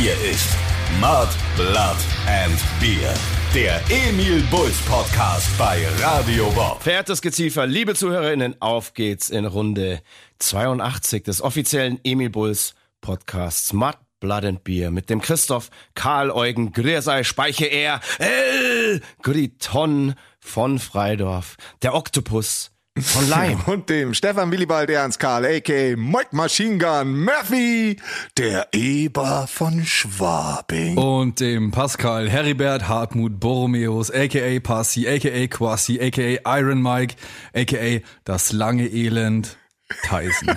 Hier ist Mud, Blood and Beer, der Emil Bulls Podcast bei Radio Bob. Verehrtes Geziefer, liebe ZuhörerInnen, auf geht's in Runde 82 des offiziellen Emil Bulls Podcasts Mud, Blood and Beer mit dem Christoph, Karl Eugen, Griersei, Speiche er, Griton von Freidorf, der Oktopus von Leim. Und dem Stefan Willibald Ernst Karl, a.k.a. Mike Machine Gun Murphy, der Eber von Schwabing. Und dem Pascal Heribert Hartmut Borromeus, a.k.a. Passi, a.k.a. Quasi, a.k.a. Iron Mike, a.k.a. das lange Elend Tyson.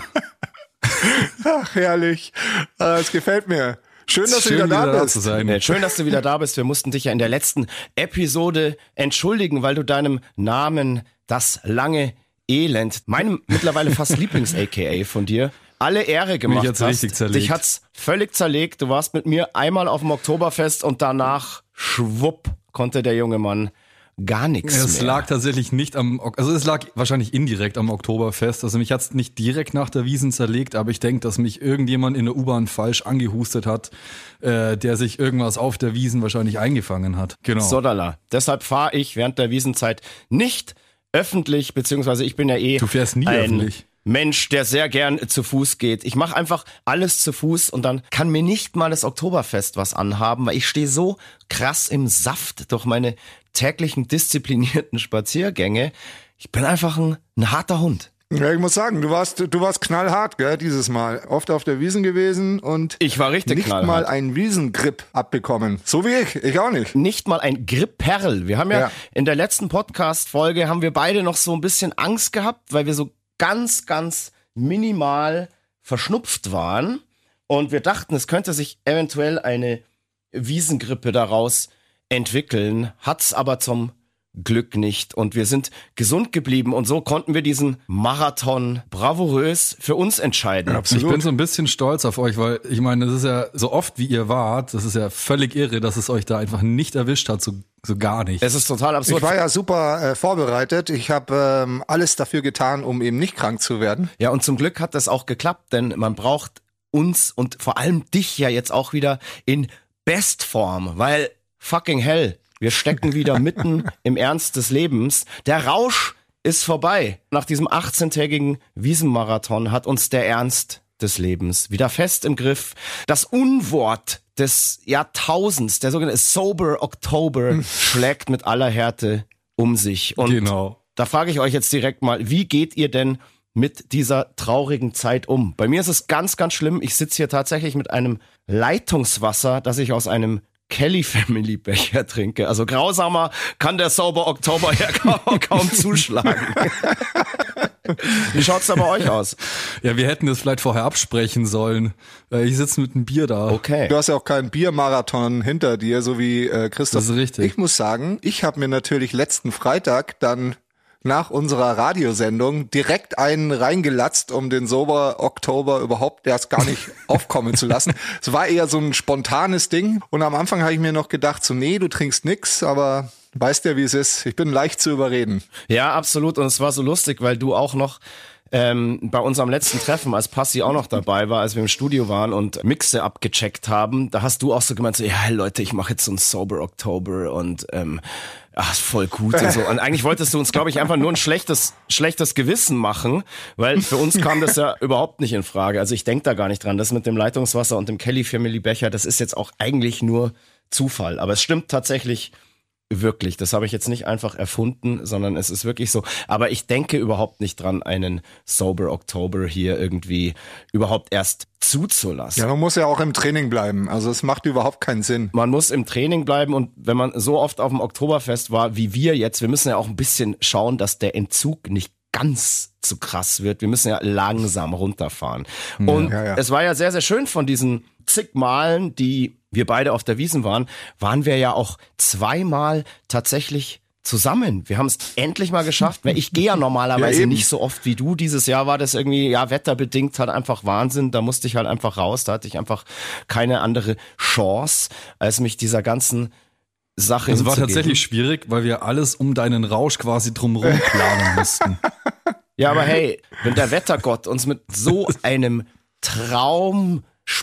Ach, herrlich. Es gefällt mir. Schön, dass du wieder da bist. Schön, dass du wieder da bist. Wir mussten dich ja in der letzten Episode entschuldigen, weil du deinem Namen das lange Elend, meinem mittlerweile fast Lieblings-AKA von dir, alle Ehre gemacht hast. Richtig zerlegt. Dich hat's völlig zerlegt. Du warst mit mir einmal auf dem Oktoberfest und danach, schwupp, konnte der junge Mann gar nichts mehr. Es lag tatsächlich nicht es lag wahrscheinlich indirekt am Oktoberfest. Also mich hat's nicht direkt nach der Wiesn zerlegt, aber ich denke, dass mich irgendjemand in der U-Bahn falsch angehustet hat, der sich irgendwas auf der Wiesn wahrscheinlich eingefangen hat. Genau. Sodala. Deshalb fahre ich während der Wiesnzeit nicht öffentlich, beziehungsweise ich bin ja Du fährst nie öffentlich. Mensch, der sehr gern zu Fuß geht. Ich mache einfach alles zu Fuß und dann kann mir nicht mal das Oktoberfest was anhaben, weil ich stehe so krass im Saft durch meine täglichen disziplinierten Spaziergänge. Ich bin einfach ein harter Hund. Ja, ich muss sagen, du warst knallhart, gell, dieses Mal. Oft auf der Wiesn gewesen und ich war richtig nicht knallhart. Mal einen Wiesengrip abbekommen. So wie ich auch nicht. Nicht mal ein Gripperl. Wir haben ja in der letzten Podcast-Folge haben wir beide noch so ein bisschen Angst gehabt, weil wir so ganz, ganz minimal verschnupft waren und wir dachten, es könnte sich eventuell eine Wiesengrippe daraus entwickeln, hat's aber zum Glück nicht und wir sind gesund geblieben und so konnten wir diesen Marathon bravourös für uns entscheiden. Absolut. Ich bin so ein bisschen stolz auf euch, weil ich meine, das ist ja so oft wie ihr wart, das ist ja völlig irre, dass es euch da einfach nicht erwischt hat, so gar nicht. Es ist total absurd. Ich war ja super vorbereitet. Ich habe alles dafür getan, um eben nicht krank zu werden. Ja, und zum Glück hat das auch geklappt, denn man braucht uns und vor allem dich ja jetzt auch wieder in Bestform, weil fucking hell, wir stecken wieder mitten im Ernst des Lebens. Der Rausch ist vorbei. Nach diesem 18-tägigen Wiesenmarathon hat uns der Ernst des Lebens wieder fest im Griff. Das Unwort des Jahrtausends, der sogenannte Sober October, schlägt mit aller Härte um sich. Und genau. Da frage ich euch jetzt direkt mal, wie geht ihr denn mit dieser traurigen Zeit um? Bei mir ist es ganz, ganz schlimm. Ich sitze hier tatsächlich mit einem Leitungswasser, das ich aus einem Kelly-Family-Becher trinke. Also grausamer kann der Sober Oktober ja kaum zuschlagen. Wie schaut's da bei euch aus? Ja, wir hätten das vielleicht vorher absprechen sollen. Ich sitze mit einem Bier da. Okay. Du hast ja auch keinen Biermarathon hinter dir, so wie Christoph. Das ist richtig. Ich muss sagen, ich habe mir natürlich letzten Freitag dann nach unserer Radiosendung direkt einen reingelatzt, um den Sober Oktober überhaupt erst gar nicht aufkommen zu lassen. Es war eher so ein spontanes Ding. Und am Anfang habe ich mir noch gedacht, so nee, du trinkst nix, aber weißt ja, wie es ist. Ich bin leicht zu überreden. Ja, absolut. Und es war so lustig, weil du auch noch bei unserem letzten Treffen, als Passi auch noch dabei war, als wir im Studio waren und Mixe abgecheckt haben, da hast du auch so gemeint, so, ja Leute, ich mache jetzt so einen Sober Oktober und ist voll gut und so. Und eigentlich wolltest du uns, glaube ich, einfach nur ein schlechtes Gewissen machen, weil für uns kam das ja überhaupt nicht in Frage. Also ich denke da gar nicht dran. Das mit dem Leitungswasser und dem Kelly Family Becher, das ist jetzt auch eigentlich nur Zufall. Aber es stimmt tatsächlich wirklich. Das habe ich jetzt nicht einfach erfunden, sondern es ist wirklich so. Aber ich denke überhaupt nicht dran, einen Sober Oktober hier irgendwie überhaupt erst zuzulassen. Ja, man muss ja auch im Training bleiben. Also es macht überhaupt keinen Sinn. Man muss im Training bleiben und wenn man so oft auf dem Oktoberfest war wie wir jetzt, wir müssen ja auch ein bisschen schauen, dass der Entzug nicht ganz zu krass wird. Wir müssen ja langsam runterfahren. Und es war ja sehr, sehr schön von diesen zig Malen, die wir beide auf der Wiesn waren wir ja auch zweimal tatsächlich zusammen. Wir haben es endlich mal geschafft, weil ich gehe ja normalerweise nicht so oft wie du. Dieses Jahr war das irgendwie, wetterbedingt halt einfach Wahnsinn. Da musste ich halt einfach raus. Da hatte ich einfach keine andere Chance, als mich dieser ganzen Sache hinzugeben. Es war tatsächlich schwierig, weil wir alles um deinen Rausch quasi drumherum planen mussten. Ja, aber hey, wenn der Wettergott uns mit so einem Traum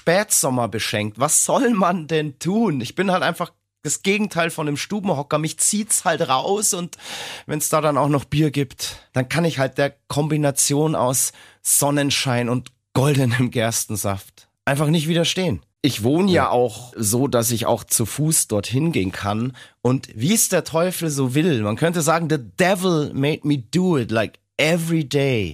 Spätsommer beschenkt. Was soll man denn tun? Ich bin halt einfach das Gegenteil von einem Stubenhocker. Mich zieht's halt raus und wenn es da dann auch noch Bier gibt, dann kann ich halt der Kombination aus Sonnenschein und goldenem Gerstensaft einfach nicht widerstehen. Ich wohne ja auch so, dass ich auch zu Fuß dorthin gehen kann und wie es der Teufel so will, man könnte sagen, the devil made me do it like every day,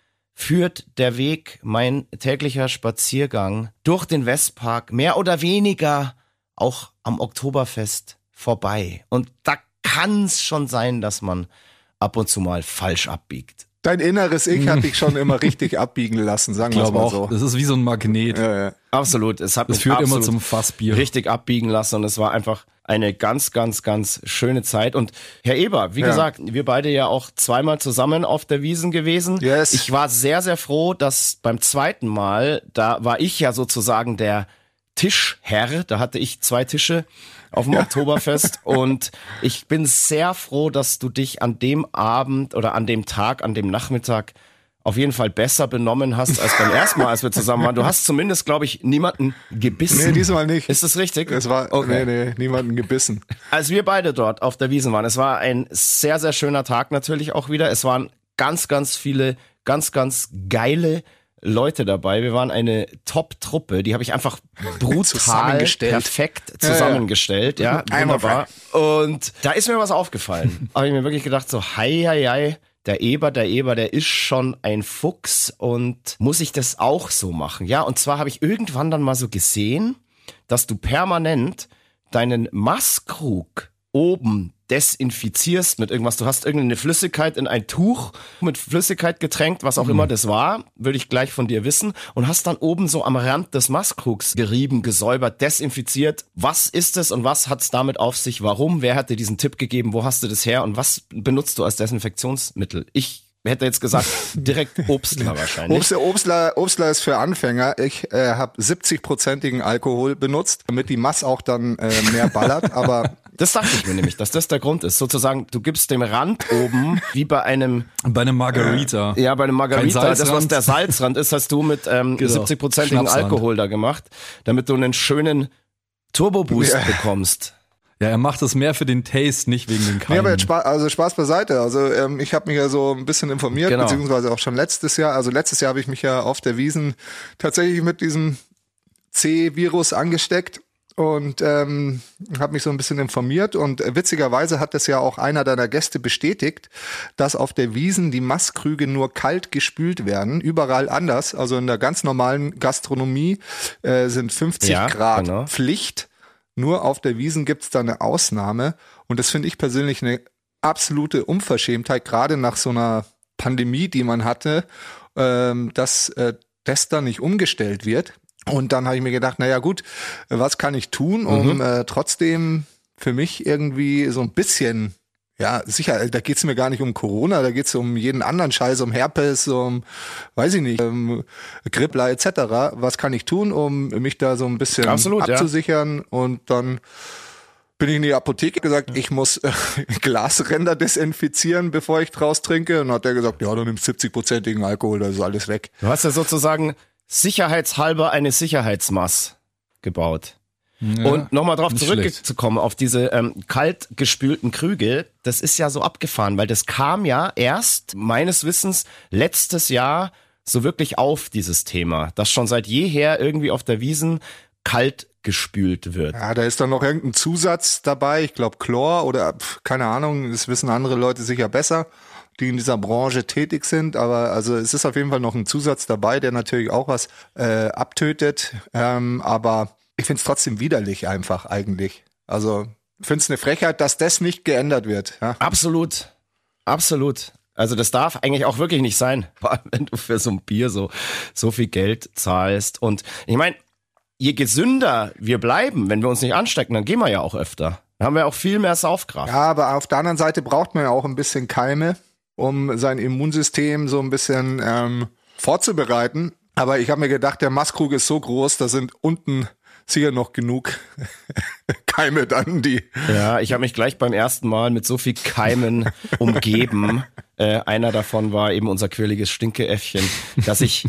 führt der Weg, mein täglicher Spaziergang durch den Westpark mehr oder weniger auch am Oktoberfest vorbei. Und da kann es schon sein, dass man ab und zu mal falsch abbiegt. Dein inneres Ich hat dich schon immer richtig abbiegen lassen, sagen wir es mal so. Das ist wie so ein Magnet. Ja. Absolut. Es hat Das mich führt immer absolut zum Fassbier. richtig abbiegen lassen und es war einfach eine ganz, ganz, ganz schöne Zeit. Und Herr Eber, wie gesagt, wir beide ja auch zweimal zusammen auf der Wiesn gewesen. Yes. Ich war sehr, sehr froh, dass beim zweiten Mal, da war ich ja sozusagen der Tischherr, da hatte ich 2 Tische auf dem Oktoberfest und ich bin sehr froh, dass du dich an dem Abend oder an dem Tag, an dem Nachmittag auf jeden Fall besser benommen hast als beim ersten Mal, als wir zusammen waren. Du hast zumindest, glaube ich, niemanden gebissen. Nee, diesmal nicht. Ist das richtig? Es war, okay. nee, niemanden gebissen. Als wir beide dort auf der Wiesn waren, es war ein sehr, sehr schöner Tag natürlich auch wieder. Es waren ganz, ganz viele, ganz, ganz geile Leute dabei. Wir waren eine Top-Truppe, die habe ich einfach brutal perfekt zusammengestellt. Ja, wunderbar. Und da ist mir was aufgefallen. Habe ich mir wirklich gedacht, so hei, der Eber, der ist schon ein Fuchs und muss ich das auch so machen? Ja, und zwar habe ich irgendwann dann mal so gesehen, dass du permanent deinen Maßkrug oben desinfizierst mit irgendwas. Du hast irgendeine Flüssigkeit in ein Tuch mit Flüssigkeit getränkt, was auch immer das war, würde ich gleich von dir wissen, und hast dann oben so am Rand des Mastkrugs gerieben, gesäubert, desinfiziert. Was ist es und was hat's damit auf sich? Warum? Wer hat dir diesen Tipp gegeben? Wo hast du das her? Und was benutzt du als Desinfektionsmittel? Ich hätte jetzt gesagt, direkt Obstler wahrscheinlich. Obstler ist für Anfänger. Ich habe 70%igen Alkohol benutzt, damit die Mass auch dann mehr ballert, aber das dachte ich mir nämlich, dass das der Grund ist. Sozusagen, du gibst dem Rand oben, wie bei einem Margarita. Ja, bei einem Margarita, das was der Salzrand ist, hast du mit 70%igen Alkohol da gemacht, damit du einen schönen Turbo-Boost bekommst. Ja, er macht es mehr für den Taste, nicht wegen den Keimen. Ja, aber jetzt Spaß beiseite. Also ich habe mich ja so ein bisschen informiert, beziehungsweise auch schon letztes Jahr. Also letztes Jahr habe ich mich ja auf der Wiesn tatsächlich mit diesem C-Virus angesteckt. Und habe mich so ein bisschen informiert und witzigerweise hat das ja auch einer deiner Gäste bestätigt, dass auf der Wiesn die Maßkrüge nur kalt gespült werden, überall anders. Also in der ganz normalen Gastronomie sind 50 Grad Pflicht. Nur auf der Wiesn gibt's da eine Ausnahme und das finde ich persönlich eine absolute Unverschämtheit, gerade nach so einer Pandemie, die man hatte, dass das da nicht umgestellt wird. Und dann habe ich mir gedacht, naja gut, was kann ich tun, um trotzdem für mich irgendwie so ein bisschen, ja sicher, da geht's mir gar nicht um Corona, da geht's um jeden anderen Scheiß, um Herpes, um, weiß ich nicht, Grippler etc. Was kann ich tun, um mich da so ein bisschen abzusichern? Und dann bin ich in die Apotheke gesagt, ich muss Glasränder desinfizieren, bevor ich draus trinke. Und dann hat der gesagt, ja, du nimmst 70%igen Alkohol, da ist alles weg. Du hast ja sozusagen sicherheitshalber eine Sicherheitsmaß gebaut. Ja, und nochmal drauf zurückzukommen, auf diese kalt gespülten Krüge, das ist ja so abgefahren, weil das kam ja erst, meines Wissens, letztes Jahr so wirklich auf, dieses Thema, das schon seit jeher irgendwie auf der Wiesn kalt gespült wird. Ja, da ist dann noch irgendein Zusatz dabei, ich glaube Chlor oder keine Ahnung, das wissen andere Leute sicher besser, die in dieser Branche tätig sind, aber also es ist auf jeden Fall noch ein Zusatz dabei, der natürlich auch was abtötet, aber ich find's trotzdem widerlich einfach eigentlich. Also find's eine Frechheit, dass das nicht geändert wird. Ja? Absolut. Also das darf eigentlich auch wirklich nicht sein, vor allem wenn du für so ein Bier so viel Geld zahlst. Und ich meine, je gesünder wir bleiben, wenn wir uns nicht anstecken, dann gehen wir ja auch öfter. Dann haben wir auch viel mehr Saufkraft. Ja, aber auf der anderen Seite braucht man ja auch ein bisschen Keime, um sein Immunsystem so ein bisschen vorzubereiten. Aber ich habe mir gedacht, der Maßkrug ist so groß, da sind unten sicher noch genug Keime dann, die... Ja, ich habe mich gleich beim ersten Mal mit so viel Keimen umgeben. Einer davon war eben unser quirliges Stinkeäffchen, dass ich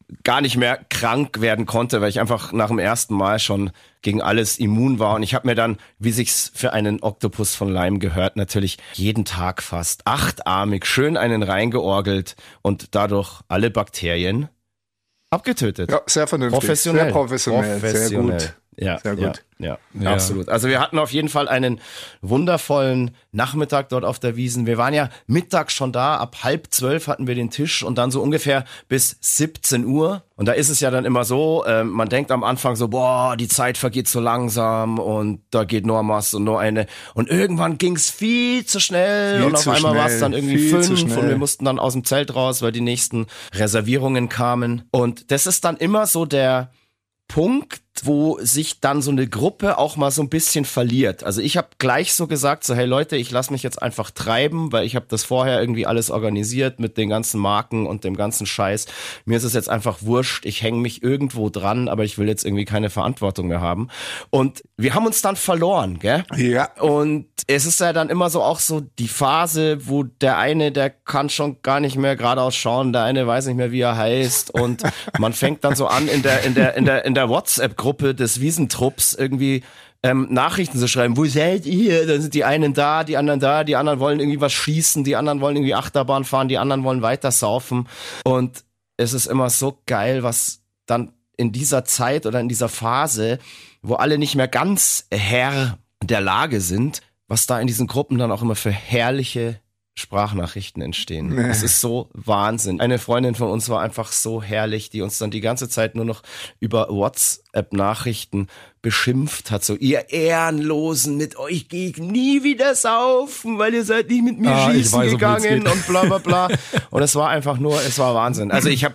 gar nicht mehr krank werden konnte, weil ich einfach nach dem ersten Mal schon gegen alles immun war. Und ich habe mir dann, wie sich's für einen Oktopus von Lyme gehört, natürlich jeden Tag fast 8-armig schön einen reingeorgelt und dadurch alle Bakterien abgetötet. Ja, sehr vernünftig. Professionell. Sehr professionell. Sehr gut. Ja, sehr gut. Ja, Ja. absolut. Also wir hatten auf jeden Fall einen wundervollen Nachmittag dort auf der Wiesn. Wir waren ja mittags schon da, ab 11:30 hatten wir den Tisch und dann so ungefähr bis 17 Uhr. Und da ist es ja dann immer so, man denkt am Anfang so, boah, die Zeit vergeht so langsam und da geht nur was und nur eine. Und irgendwann ging's viel zu schnell und auf einmal war es dann irgendwie 5 und wir mussten dann aus dem Zelt raus, weil die nächsten Reservierungen kamen. Und das ist dann immer so der Punkt, wo sich dann so eine Gruppe auch mal so ein bisschen verliert. Also ich habe gleich so gesagt, so hey Leute, ich lasse mich jetzt einfach treiben, weil ich habe das vorher irgendwie alles organisiert mit den ganzen Marken und dem ganzen Scheiß. Mir ist es jetzt einfach wurscht, ich hänge mich irgendwo dran, aber ich will jetzt irgendwie keine Verantwortung mehr haben. Und wir haben uns dann verloren, gell? Ja. Und es ist ja dann immer so auch so die Phase, wo der eine, der kann schon gar nicht mehr geradeaus schauen, der eine weiß nicht mehr, wie er heißt und man fängt dann so an in der WhatsApp-Gruppe des Wiesentrupps irgendwie Nachrichten zu schreiben. Wo seid ihr? Dann sind die einen da, die anderen wollen irgendwie was schießen, die anderen wollen irgendwie Achterbahn fahren, die anderen wollen weiter saufen. Und es ist immer so geil, was dann in dieser Zeit oder in dieser Phase, wo alle nicht mehr ganz Herr der Lage sind, was da in diesen Gruppen dann auch immer für herrliche Sprachnachrichten entstehen. Es ist so Wahnsinn. Eine Freundin von uns war einfach so herrlich, die uns dann die ganze Zeit nur noch über WhatsApp-Nachrichten beschimpft hat. So, ihr Ehrenlosen, mit euch gehe ich nie wieder saufen, weil ihr seid nicht mit mir schießen gegangen und bla bla bla. Und es war einfach nur, es war Wahnsinn. Also ich habe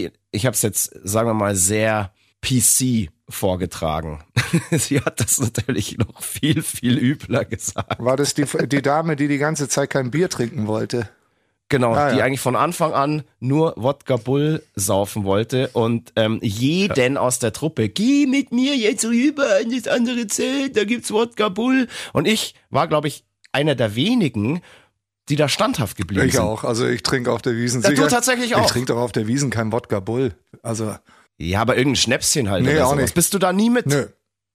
es jetzt, sagen wir mal, sehr PC vorgetragen. Sie hat das natürlich noch viel, viel übler gesagt. War das die Dame, die ganze Zeit kein Bier trinken wollte? Genau, Ah, die ja. eigentlich von Anfang an nur Wodka Bull saufen wollte und jeden aus der Truppe, geh mit mir jetzt rüber in das andere Zelt, da gibt's Wodka Bull. Und ich war, glaube ich, einer der wenigen, die da standhaft geblieben Ich sind. auch. Also ich trinke auf der Wiesn Ja, sicher. du tatsächlich auch. Ich trinke doch auf der Wiesn kein Wodka Bull. Also, Ja, aber irgendein Schnäpschen halt Nee, oder auch sowas. nicht. Bist du da nie mit? nö.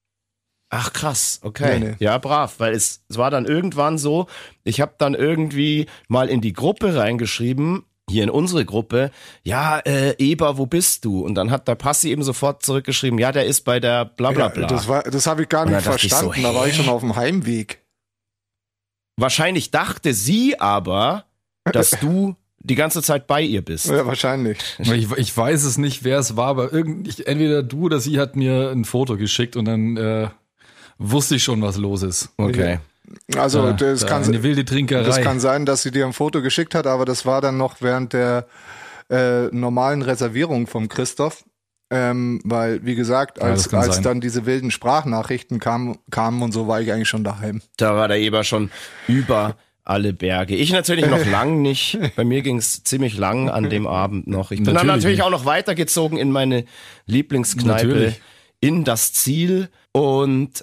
Ach krass, okay. Nee. Ja, brav, weil es war dann irgendwann so, ich habe dann irgendwie mal in die Gruppe reingeschrieben, hier in unsere Gruppe, ja, Eber, wo bist du? Und dann hat der Passi eben sofort zurückgeschrieben, ja, der ist bei der bla bla bla. Ja, das habe ich gar Und nicht dann dachte ich verstanden. so, Da war ich hä? schon auf dem Heimweg. Wahrscheinlich dachte sie aber, dass du die ganze Zeit bei ihr bist. Ja, wahrscheinlich. Ich weiß es nicht, wer es war, aber entweder du oder sie hat mir ein Foto geschickt und dann wusste ich schon, was los ist. Okay. Also das kann eine wilde Trinkerei. Das kann sein, dass sie dir ein Foto geschickt hat, aber das war dann noch während der normalen Reservierung vom Christoph. Weil, wie gesagt, das kann als sein. dann diese wilden Sprachnachrichten kamen und so, war ich eigentlich schon daheim. Da war der Eber schon über alle Berge. Ich natürlich noch lang nicht. Bei mir ging es ziemlich lang an dem Abend noch. Ich bin dann Natürlich natürlich nicht. auch noch weitergezogen in meine Lieblingskneipe, Natürlich. in das Ziel. Und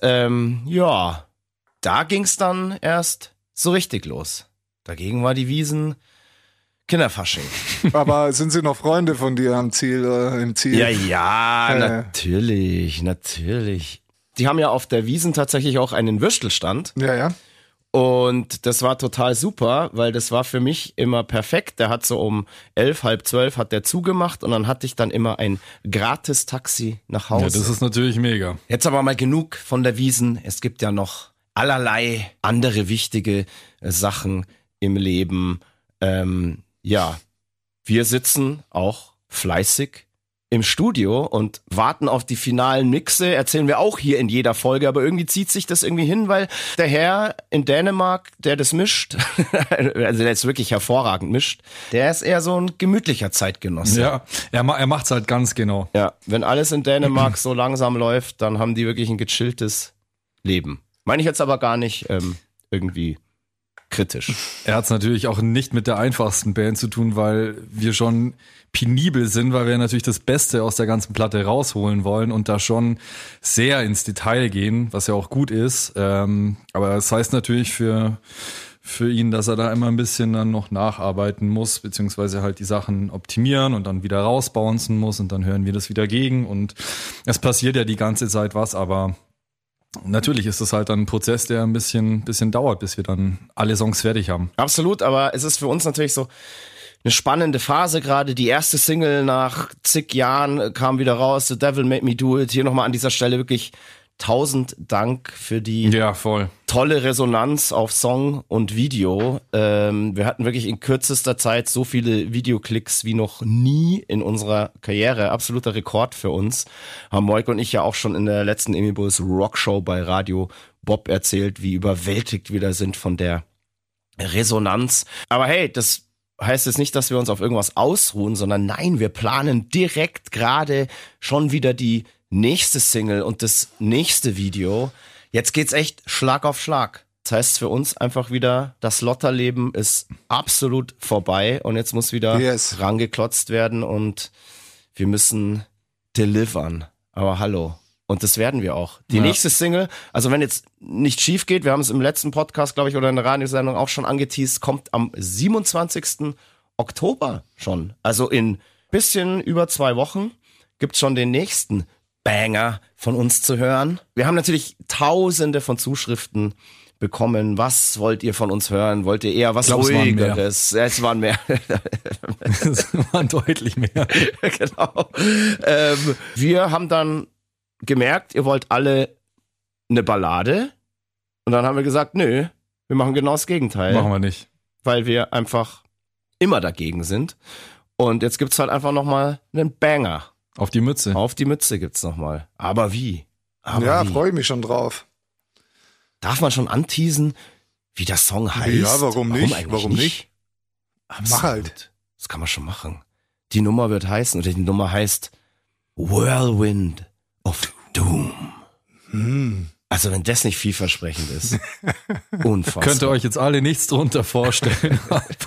ja, da ging es dann erst so richtig los. Dagegen war die Wiesn Kinderfasching. Aber sind sie noch Freunde von dir im Ziel? Ja, natürlich. Die haben ja auf der Wiesn tatsächlich auch einen Würstelstand. Ja. Und das war total super, weil das war für mich immer perfekt. Der hat so um 11, halb 12 hat der zugemacht und dann hatte ich dann immer ein Gratis-Taxi nach Hause. Ja, das ist natürlich mega. Jetzt aber mal genug von der Wiesn. Es gibt ja noch allerlei andere wichtige Sachen im Leben. Ja, wir sitzen auch fleißig im Studio und warten auf die finalen Mixe, erzählen wir auch hier in jeder Folge, aber irgendwie zieht sich das irgendwie hin, weil der Herr in Dänemark, der das mischt, also der jetzt wirklich hervorragend mischt, der ist eher so ein gemütlicher Zeitgenosse. Ja, er macht's halt ganz genau. Ja, wenn alles in Dänemark so langsam läuft, dann haben die wirklich ein gechilltes Leben. Meine ich jetzt aber gar nicht irgendwie kritisch. Er hat's natürlich auch nicht mit der einfachsten Band zu tun, weil wir schon penibel sind, weil wir natürlich das Beste aus der ganzen Platte rausholen wollen und da schon sehr ins Detail gehen, was ja auch gut ist. Aber das heißt natürlich für für ihn, dass er da immer ein bisschen dann noch nacharbeiten muss, beziehungsweise halt die Sachen optimieren und dann wieder rausbouncen muss und dann hören wir das wieder gegen und es passiert ja die ganze Zeit was, aber natürlich ist das halt dann ein Prozess, der ein bisschen dauert, bis wir dann alle Songs fertig haben. Absolut, aber es ist für uns natürlich so eine spannende Phase gerade. Die erste Single nach zig Jahren kam wieder raus, The Devil Made Me Do It. Hier nochmal an dieser Stelle wirklich 1000 Dank für die tolle Resonanz auf Song und Video. Wir hatten wirklich in kürzester Zeit so viele Videoklicks wie noch nie in unserer Karriere. Absoluter Rekord für uns. Haben Moik und ich ja auch schon in der letzten Emil Bulls Rockshow bei Radio Bob erzählt, wie überwältigt wir da sind von der Resonanz. Aber hey, das heißt jetzt nicht, dass wir uns auf irgendwas ausruhen, sondern nein, wir planen direkt gerade schon wieder die nächste Single und das nächste Video. Jetzt geht's echt Schlag auf Schlag. Das heißt für uns einfach wieder, das Lotterleben ist absolut vorbei und jetzt muss wieder rangeklotzt werden und wir müssen delivern. Aber hallo. Und das werden wir auch. Die nächste Single, also wenn jetzt nicht schief geht, wir haben es im letzten Podcast, glaube ich, oder in der Radiosendung auch schon angeteased, kommt am 27. Oktober schon. Also in bisschen über 2 Wochen gibt's schon den nächsten Banger von uns zu hören. Wir haben natürlich tausende von Zuschriften bekommen. Was wollt ihr von uns hören? Wollt ihr eher was Ruhigeres? Es waren mehr. Es waren deutlich mehr. Genau. Wir haben dann gemerkt, ihr wollt alle eine Ballade. Und dann haben wir gesagt, nö, wir machen genau das Gegenteil. Machen wir nicht. Weil wir einfach immer dagegen sind. Und jetzt gibt's halt einfach nochmal einen Banger. Auf die Mütze. Auf die Mütze gibt's nochmal. Aber wie? Freue ich mich schon drauf. Darf man schon anteasen, wie der Song heißt? Ja, warum nicht? Warum nicht? Mach halt. Das kann man schon machen. Die Nummer wird heißen, oder die Nummer heißt Whirlwind of Doom. Also wenn das nicht vielversprechend ist. Unfassbar. Könnt ihr euch jetzt alle nichts drunter vorstellen.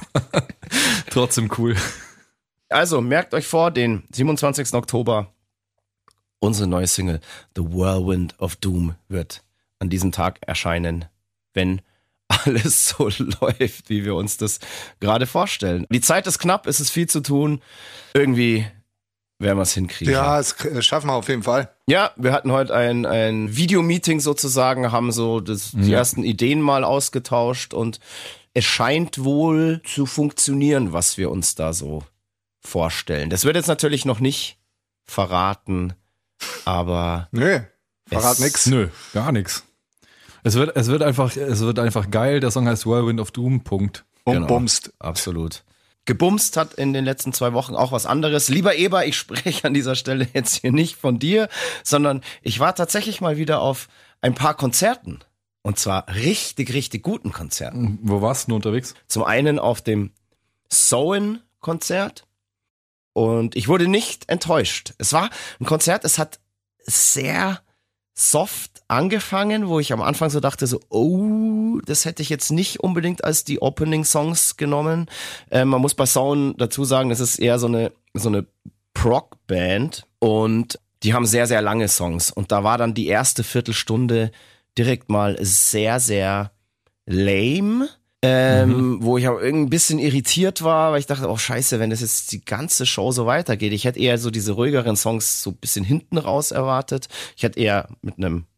Trotzdem cool. Also merkt euch vor, den 27. Oktober, unsere neue Single The Whirlwind of Doom wird an diesem Tag erscheinen, wenn alles so läuft, wie wir uns das gerade vorstellen. Die Zeit ist knapp, es ist viel zu tun. Irgendwie werden wir es hinkriegen. Ja, das schaffen wir auf jeden Fall. Ja, wir hatten heute ein Videomeeting sozusagen, haben so die ersten Ideen mal ausgetauscht und es scheint wohl zu funktionieren, was wir uns da so vorstellen. Das wird jetzt natürlich noch nicht verraten, aber nö, verrat nix. Nö, gar nichts. Es wird einfach geil. Der Song heißt Whirlwind of Doom. Punkt. Und bumst. Absolut. Gebumst hat in den letzten 2 Wochen auch was anderes. Lieber Eber, ich spreche an dieser Stelle jetzt hier nicht von dir, sondern ich war tatsächlich mal wieder auf ein paar Konzerten. Und zwar richtig, richtig guten Konzerten. Wo warst du unterwegs? Zum einen auf dem Soen-Konzert. Und ich wurde nicht enttäuscht. Es war ein Konzert, es hat sehr soft angefangen, wo ich am Anfang so dachte, das hätte ich jetzt nicht unbedingt als die Opening-Songs genommen. Man muss bei Sound dazu sagen, das ist eher so eine Prog-Band und die haben sehr, sehr lange Songs. Und da war dann die erste Viertelstunde direkt mal sehr, sehr lame. Wo ich auch ein bisschen irritiert war, weil ich dachte, oh scheiße, wenn das jetzt die ganze Show so weitergeht. Ich hätte eher so diese ruhigeren Songs so ein bisschen hinten raus erwartet. Ich hätte eher mit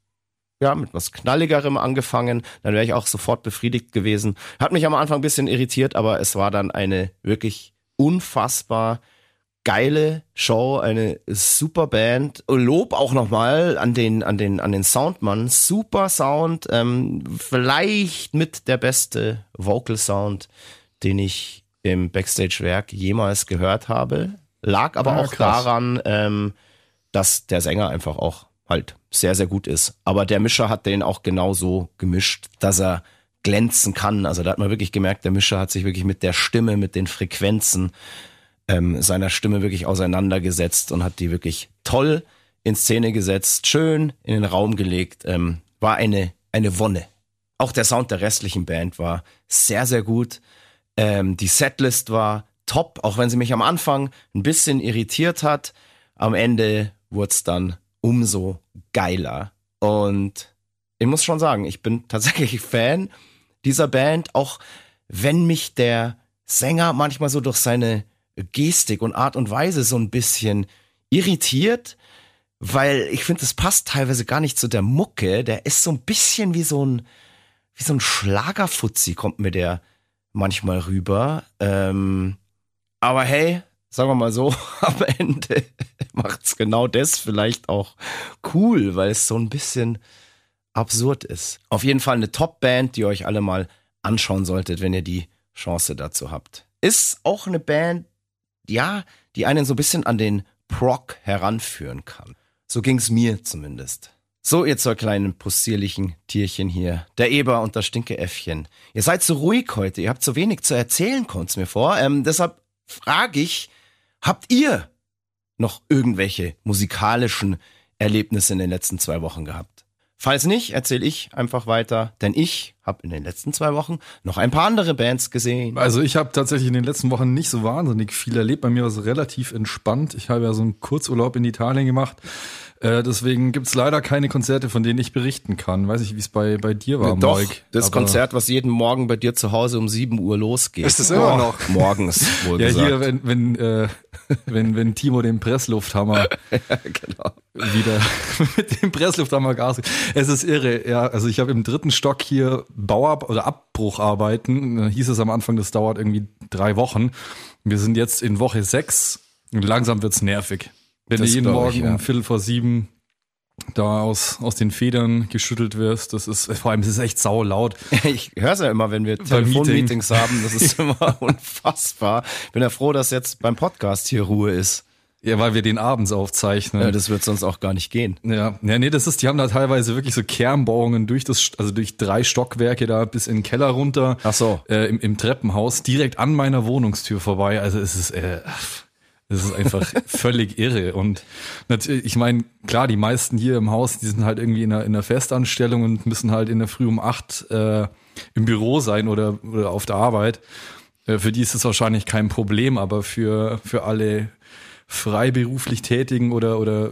was Knalligerem angefangen. Dann wäre ich auch sofort befriedigt gewesen. Hat mich am Anfang ein bisschen irritiert, aber es war dann eine wirklich unfassbar geile Show, eine super Band. Lob auch nochmal an den Soundmann. Super Sound, vielleicht mit der beste Vocal Sound, den ich im Backstage-Werk jemals gehört habe. Lag aber auch daran, dass der Sänger einfach auch halt sehr, sehr gut ist. Aber der Mischer hat den auch genauso gemischt, dass er glänzen kann. Also da hat man wirklich gemerkt, der Mischer hat sich wirklich mit der Stimme, mit den Frequenzen seiner Stimme wirklich auseinandergesetzt und hat die wirklich toll in Szene gesetzt, schön in den Raum gelegt, war eine Wonne. Auch der Sound der restlichen Band war sehr, sehr gut. Die Setlist war top, auch wenn sie mich am Anfang ein bisschen irritiert hat. Am Ende wurde es dann umso geiler. Und ich muss schon sagen, ich bin tatsächlich Fan. dieser Band, auch wenn mich der Sänger manchmal so durch seine Gestik und Art und Weise so ein bisschen irritiert, weil ich finde, das passt teilweise gar nicht zu der Mucke. Der ist so ein bisschen wie so ein Schlagerfuzzi, kommt mir der manchmal rüber. Aber hey, sagen wir mal so, am Ende macht's genau das vielleicht auch cool, weil es so ein bisschen absurd ist. Auf jeden Fall eine Top-Band, die ihr euch alle mal anschauen solltet, wenn ihr die Chance dazu habt. Ist auch eine Band, ja, die einen so ein bisschen an den Prog heranführen kann. So ging's mir zumindest. So, ihr zwei kleinen possierlichen Tierchen hier. Der Eber und das Stinkeäffchen. Ihr seid so ruhig heute, ihr habt so wenig zu erzählen, kommt's mir vor. Deshalb frage ich, habt ihr noch irgendwelche musikalischen Erlebnisse in den letzten 2 Wochen gehabt? Falls nicht, erzähle ich einfach weiter, denn ich habe in den letzten 2 Wochen noch ein paar andere Bands gesehen. Also ich habe tatsächlich in den letzten Wochen nicht so wahnsinnig viel erlebt. Bei mir war es relativ entspannt. Ich habe ja so einen Kurzurlaub in Italien gemacht. Deswegen gibt's leider keine Konzerte, von denen ich berichten kann. Weiß ich, wie es bei dir war, Doch, Mike. das Konzert, was jeden Morgen bei dir zu Hause um 7 Uhr losgeht. Ist es immer noch? Morgens, wohl Ja, gesagt. hier, wenn Timo den Presslufthammer Genau. wieder mit dem Presslufthammer Gas gibt. Es ist irre, ja. Also ich habe im 3. Stock hier oder Abbrucharbeiten. Da hieß es am Anfang, das dauert irgendwie 3 Wochen. Wir sind jetzt in Woche 6 und langsam wird's nervig. Wenn du jeden Morgen um 6:45 da aus den Federn geschüttelt wirst, das ist, vor allem, es ist echt saulaut. Ich höre es ja immer, wenn wir Telefonmeetings haben, das ist immer unfassbar. Bin ja froh, dass jetzt beim Podcast hier Ruhe ist. Ja, weil wir den abends aufzeichnen. Ja, das wird sonst auch gar nicht gehen. Ja, nee, die haben da teilweise wirklich so Kernbohrungen durch 3 Stockwerke da bis in den Keller runter. Ach so. Im Treppenhaus, direkt an meiner Wohnungstür vorbei. Also es ist einfach völlig irre. Und natürlich, ich meine, klar, die meisten hier im Haus, die sind halt irgendwie in einer Festanstellung und müssen halt in der Früh um 8 im Büro sein oder auf der Arbeit. Für die ist es wahrscheinlich kein Problem, aber für alle freiberuflich Tätigen oder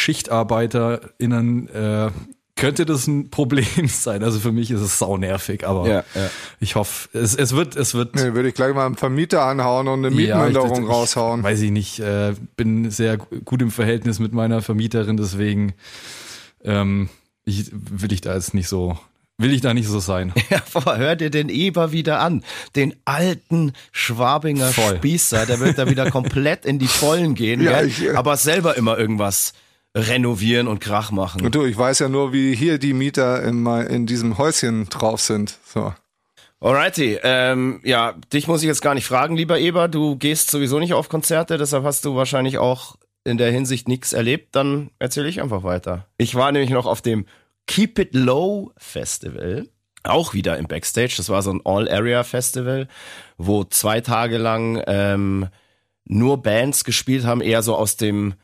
SchichtarbeiterInnen könnte das ein Problem sein. Also für mich ist es saunervig, aber ich hoffe, es wird. Nee, würde ich gleich mal einen Vermieter anhauen und eine Mietenminderung raushauen. Weiß ich nicht, bin sehr gut im Verhältnis mit meiner Vermieterin, deswegen will ich da nicht so sein. Ja, boah, hör dir den Eber wieder an. Den alten Schwabinger Spießer, der wird da wieder komplett in die Vollen gehen, Ja, gell? Aber selber immer irgendwas renovieren und Krach machen. Und du, ich weiß ja nur, wie hier die Mieter in diesem Häuschen drauf sind. So. Alrighty, ja, dich muss ich jetzt gar nicht fragen, lieber Eber. Du gehst sowieso nicht auf Konzerte, deshalb hast du wahrscheinlich auch in der Hinsicht nichts erlebt. Dann erzähle ich einfach weiter. Ich war nämlich noch auf dem Keep It Low Festival, auch wieder im Backstage. Das war so ein All-Area-Festival, wo 2 Tage lang nur Bands gespielt haben, eher so aus dem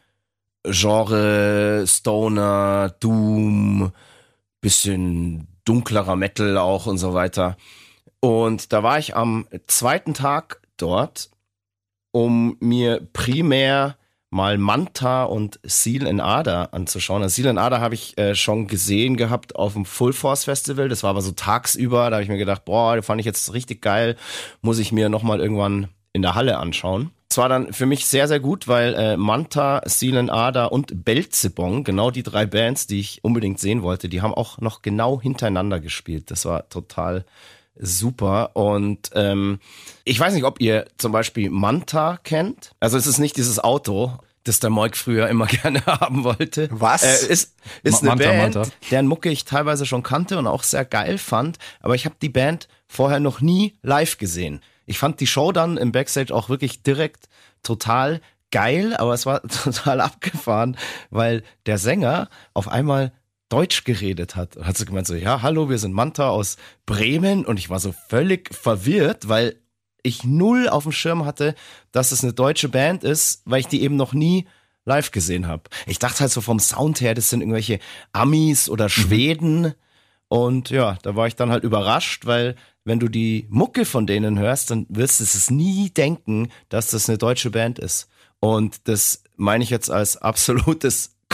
Genre Stoner, Doom, bisschen dunklerer Metal auch und so weiter. Und da war ich am 2. Tag dort, um mir primär mal Manta und Seal and Ada anzuschauen. Also Seal and Ada habe ich schon gesehen gehabt auf dem Full Force Festival. Das war aber so tagsüber. Da habe ich mir gedacht, boah, das fand ich jetzt richtig geil. Muss ich mir nochmal irgendwann in der Halle anschauen. Es war dann für mich sehr, sehr gut, weil Manta, Seal and Ada und Belzebong, genau die 3 Bands, die ich unbedingt sehen wollte, die haben auch noch genau hintereinander gespielt. Das war total super. Und ich weiß nicht, ob ihr zum Beispiel Manta kennt. Also es ist nicht dieses Auto, das der Moik früher immer gerne haben wollte. Was? Ist eine Manta, Band, Manta. deren Mucke ich teilweise schon kannte und auch sehr geil fand. Aber ich habe die Band vorher noch nie live gesehen. Ich fand die Show dann im Backstage auch wirklich direkt total geil, aber es war total abgefahren, weil der Sänger auf einmal Deutsch geredet hat. Und hat so gemeint so, ja, hallo, wir sind Manta aus Bremen. Und ich war so völlig verwirrt, weil ich null auf dem Schirm hatte, dass es eine deutsche Band ist, weil ich die eben noch nie live gesehen habe. Ich dachte halt so vom Sound her, das sind irgendwelche Amis oder Schweden. Und ja, da war ich dann halt überrascht, weil wenn du die Mucke von denen hörst, dann wirst du es nie denken, dass das eine deutsche Band ist. Und das meine ich jetzt als absolutes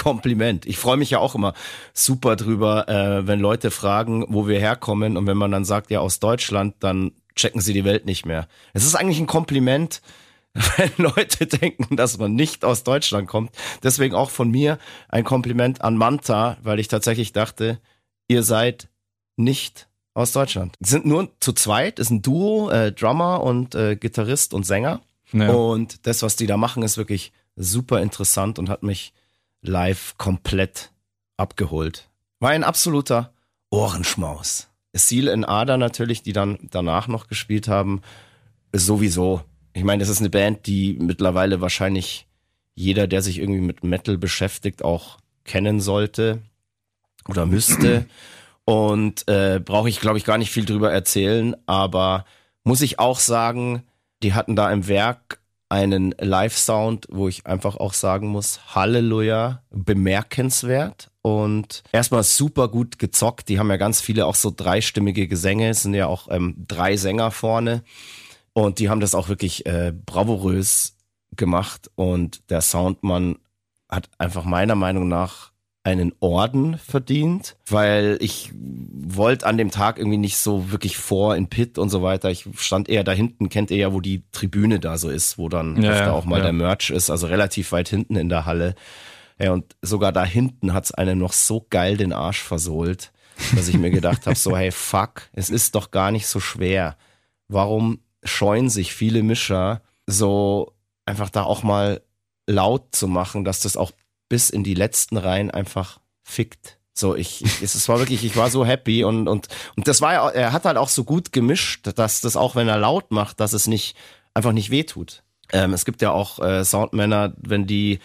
Kompliment. Ich freue mich ja auch immer super drüber, wenn Leute fragen, wo wir herkommen, und wenn man dann sagt, ja, aus Deutschland, dann checken sie die Welt nicht mehr. Es ist eigentlich ein Kompliment, wenn Leute denken, dass man nicht aus Deutschland kommt. Deswegen auch von mir ein Kompliment an Manta, weil ich tatsächlich dachte, ihr seid nicht aus Deutschland. Die sind nur zu zweit, ist ein Duo, Drummer und Gitarrist und Sänger. Ja. Und das, was die da machen, ist wirklich super interessant und hat mich live komplett abgeholt. War ein absoluter Ohrenschmaus. Seal and Ada natürlich, die dann danach noch gespielt haben, sowieso. Ich meine, das ist eine Band, die mittlerweile wahrscheinlich jeder, der sich irgendwie mit Metal beschäftigt, auch kennen sollte oder müsste. Und brauche ich, glaube ich, gar nicht viel drüber erzählen. Aber muss ich auch sagen, die hatten da im Werk einen Live-Sound, wo ich einfach auch sagen muss, Halleluja, bemerkenswert. Und erstmal super gut gezockt. Die haben ja ganz viele auch so dreistimmige Gesänge. Es sind ja auch 3 Sänger vorne. Und die haben das auch wirklich bravourös gemacht. Und der Soundmann hat einfach meiner Meinung nach einen Orden verdient, weil ich wollte an dem Tag irgendwie nicht so wirklich vor in Pit und so weiter. Ich stand eher da hinten, kennt ihr ja, wo die Tribüne da so ist, wo dann öfter auch mal der Merch ist, also relativ weit hinten in der Halle. Ja, und sogar da hinten hat's einem noch so geil den Arsch versohlt, dass ich mir gedacht habe, so hey, fuck, es ist doch gar nicht so schwer. Warum scheuen sich viele Mischer so einfach da auch mal laut zu machen, dass das auch bis in die letzten Reihen einfach fickt. So, ich war so happy und das war ja, er hat halt auch so gut gemischt, dass das auch, wenn er laut macht, dass es einfach nicht wehtut. Es gibt ja auch Soundmänner, wenn die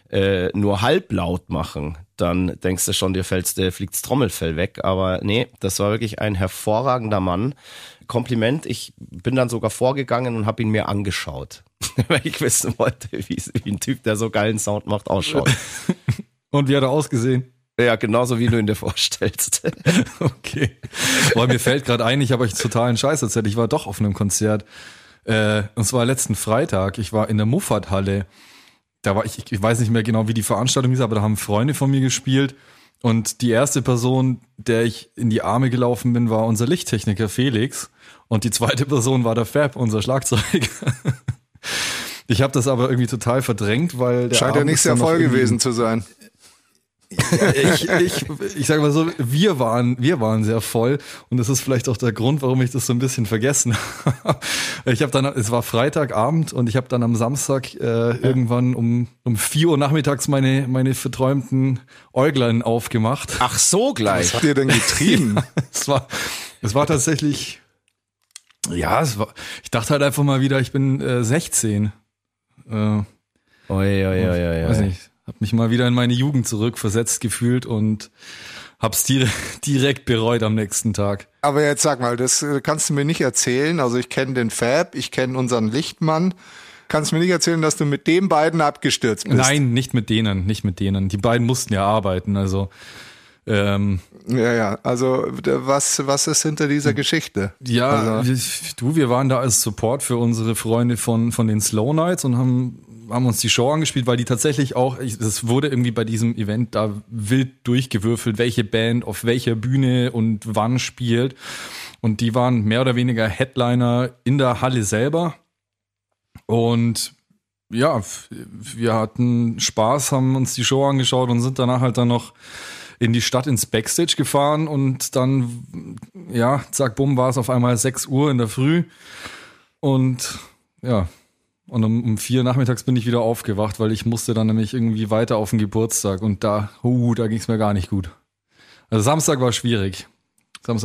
nur halblaut machen, dann denkst du schon, dir fliegt's Trommelfell weg. Aber nee, das war wirklich ein hervorragender Mann. Kompliment, ich bin dann sogar vorgegangen und habe ihn mir angeschaut, weil ich wissen wollte, wie ein Typ, der so geilen Sound macht, ausschaut. Und wie hat er ausgesehen? Ja, genauso wie du ihn dir vorstellst. Okay. Boah, mir fällt gerade ein, ich habe euch totalen Scheiß erzählt. Ich war doch auf einem Konzert. Und zwar letzten Freitag. Ich war in der Muffathalle. Da war ich weiß nicht mehr genau, wie die Veranstaltung ist, aber da haben Freunde von mir gespielt. Und die erste Person, der ich in die Arme gelaufen bin, war unser Lichttechniker Felix. Und die zweite Person war der Fab, unser Schlagzeuger. Ich habe das aber irgendwie total verdrängt, weil der scheint ja nicht sehr voll gewesen zu sein. Ich sage mal so, wir waren sehr voll und das ist vielleicht auch der Grund, warum ich das so ein bisschen vergessen habe. Es war Freitagabend und ich habe dann am Samstag irgendwann um 4 Uhr nachmittags meine verträumten Äuglein aufgemacht. Ach so, gleich. Was habt ihr denn getrieben? Ja, es war tatsächlich, ich dachte halt einfach mal wieder, ich bin 16. Weiß nicht. Hab mich mal wieder in meine Jugend zurückversetzt gefühlt und hab's direkt bereut am nächsten Tag. Aber jetzt sag mal, das kannst du mir nicht erzählen. Also ich kenne den Fab, ich kenne unseren Lichtmann. Kannst du mir nicht erzählen, dass du mit den beiden abgestürzt bist? Nein, nicht mit denen. Die beiden mussten ja arbeiten, also also was ist hinter dieser Geschichte? Ja, also, wir waren da als Support für unsere Freunde von den Slow Nights und haben uns die Show angespielt, weil die tatsächlich auch, es wurde irgendwie bei diesem Event da wild durchgewürfelt, welche Band auf welcher Bühne und wann spielt. Und die waren mehr oder weniger Headliner in der Halle selber. Und ja, wir hatten Spaß, haben uns die Show angeschaut und sind danach halt dann noch in die Stadt ins Backstage gefahren und dann, ja, zack, bumm, war es auf einmal 6 Uhr in der Früh und ja, und um 4 nachmittags bin ich wieder aufgewacht, weil ich musste dann nämlich irgendwie weiter auf den Geburtstag und da ging es mir gar nicht gut. Also Samstag war schwierig. Passi.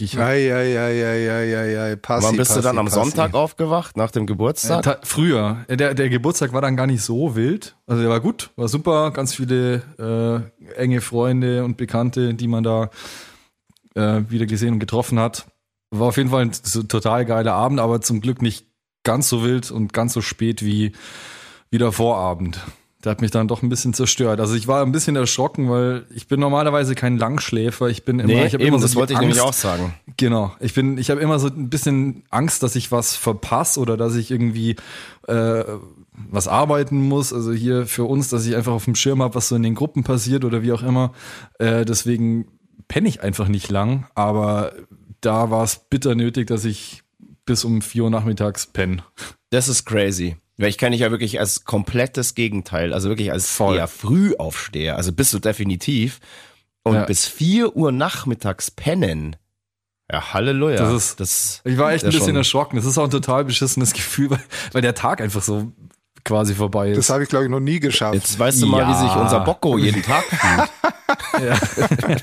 Wann bist du dann am Sonntag aufgewacht, nach dem Geburtstag? Früher. Der Geburtstag war dann gar nicht so wild. Also der war gut, war super. Ganz viele enge Freunde und Bekannte, die man da wieder gesehen und getroffen hat. War auf jeden Fall ein total geiler Abend, aber zum Glück nicht ganz so wild und ganz so spät wie der Vorabend. Der hat mich dann doch ein bisschen zerstört. Also ich war ein bisschen erschrocken, weil ich bin normalerweise kein Langschläfer. Ich habe immer so das wollte ich nämlich auch sagen. Genau. Ich habe immer so ein bisschen Angst, dass ich was verpasse oder dass ich irgendwie was arbeiten muss. Also hier für uns, dass ich einfach auf dem Schirm habe, was so in den Gruppen passiert oder wie auch immer. Deswegen penne ich einfach nicht lang. Aber da war es bitter nötig, dass ich bis um 4 Uhr nachmittags penne. Das ist crazy. Weil ich kenne dich ja wirklich als komplettes Gegenteil. Also wirklich als eher Frühaufsteher. Also bist du definitiv. Und bis 4 Uhr nachmittags pennen. Ja, Halleluja. Ich war echt ein bisschen erschrocken. Das ist auch ein total beschissenes Gefühl, weil der Tag einfach so quasi vorbei ist. Das habe ich, glaube ich, noch nie geschafft. Jetzt weißt du mal, wie sich unser Bocco jeden Tag fühlt.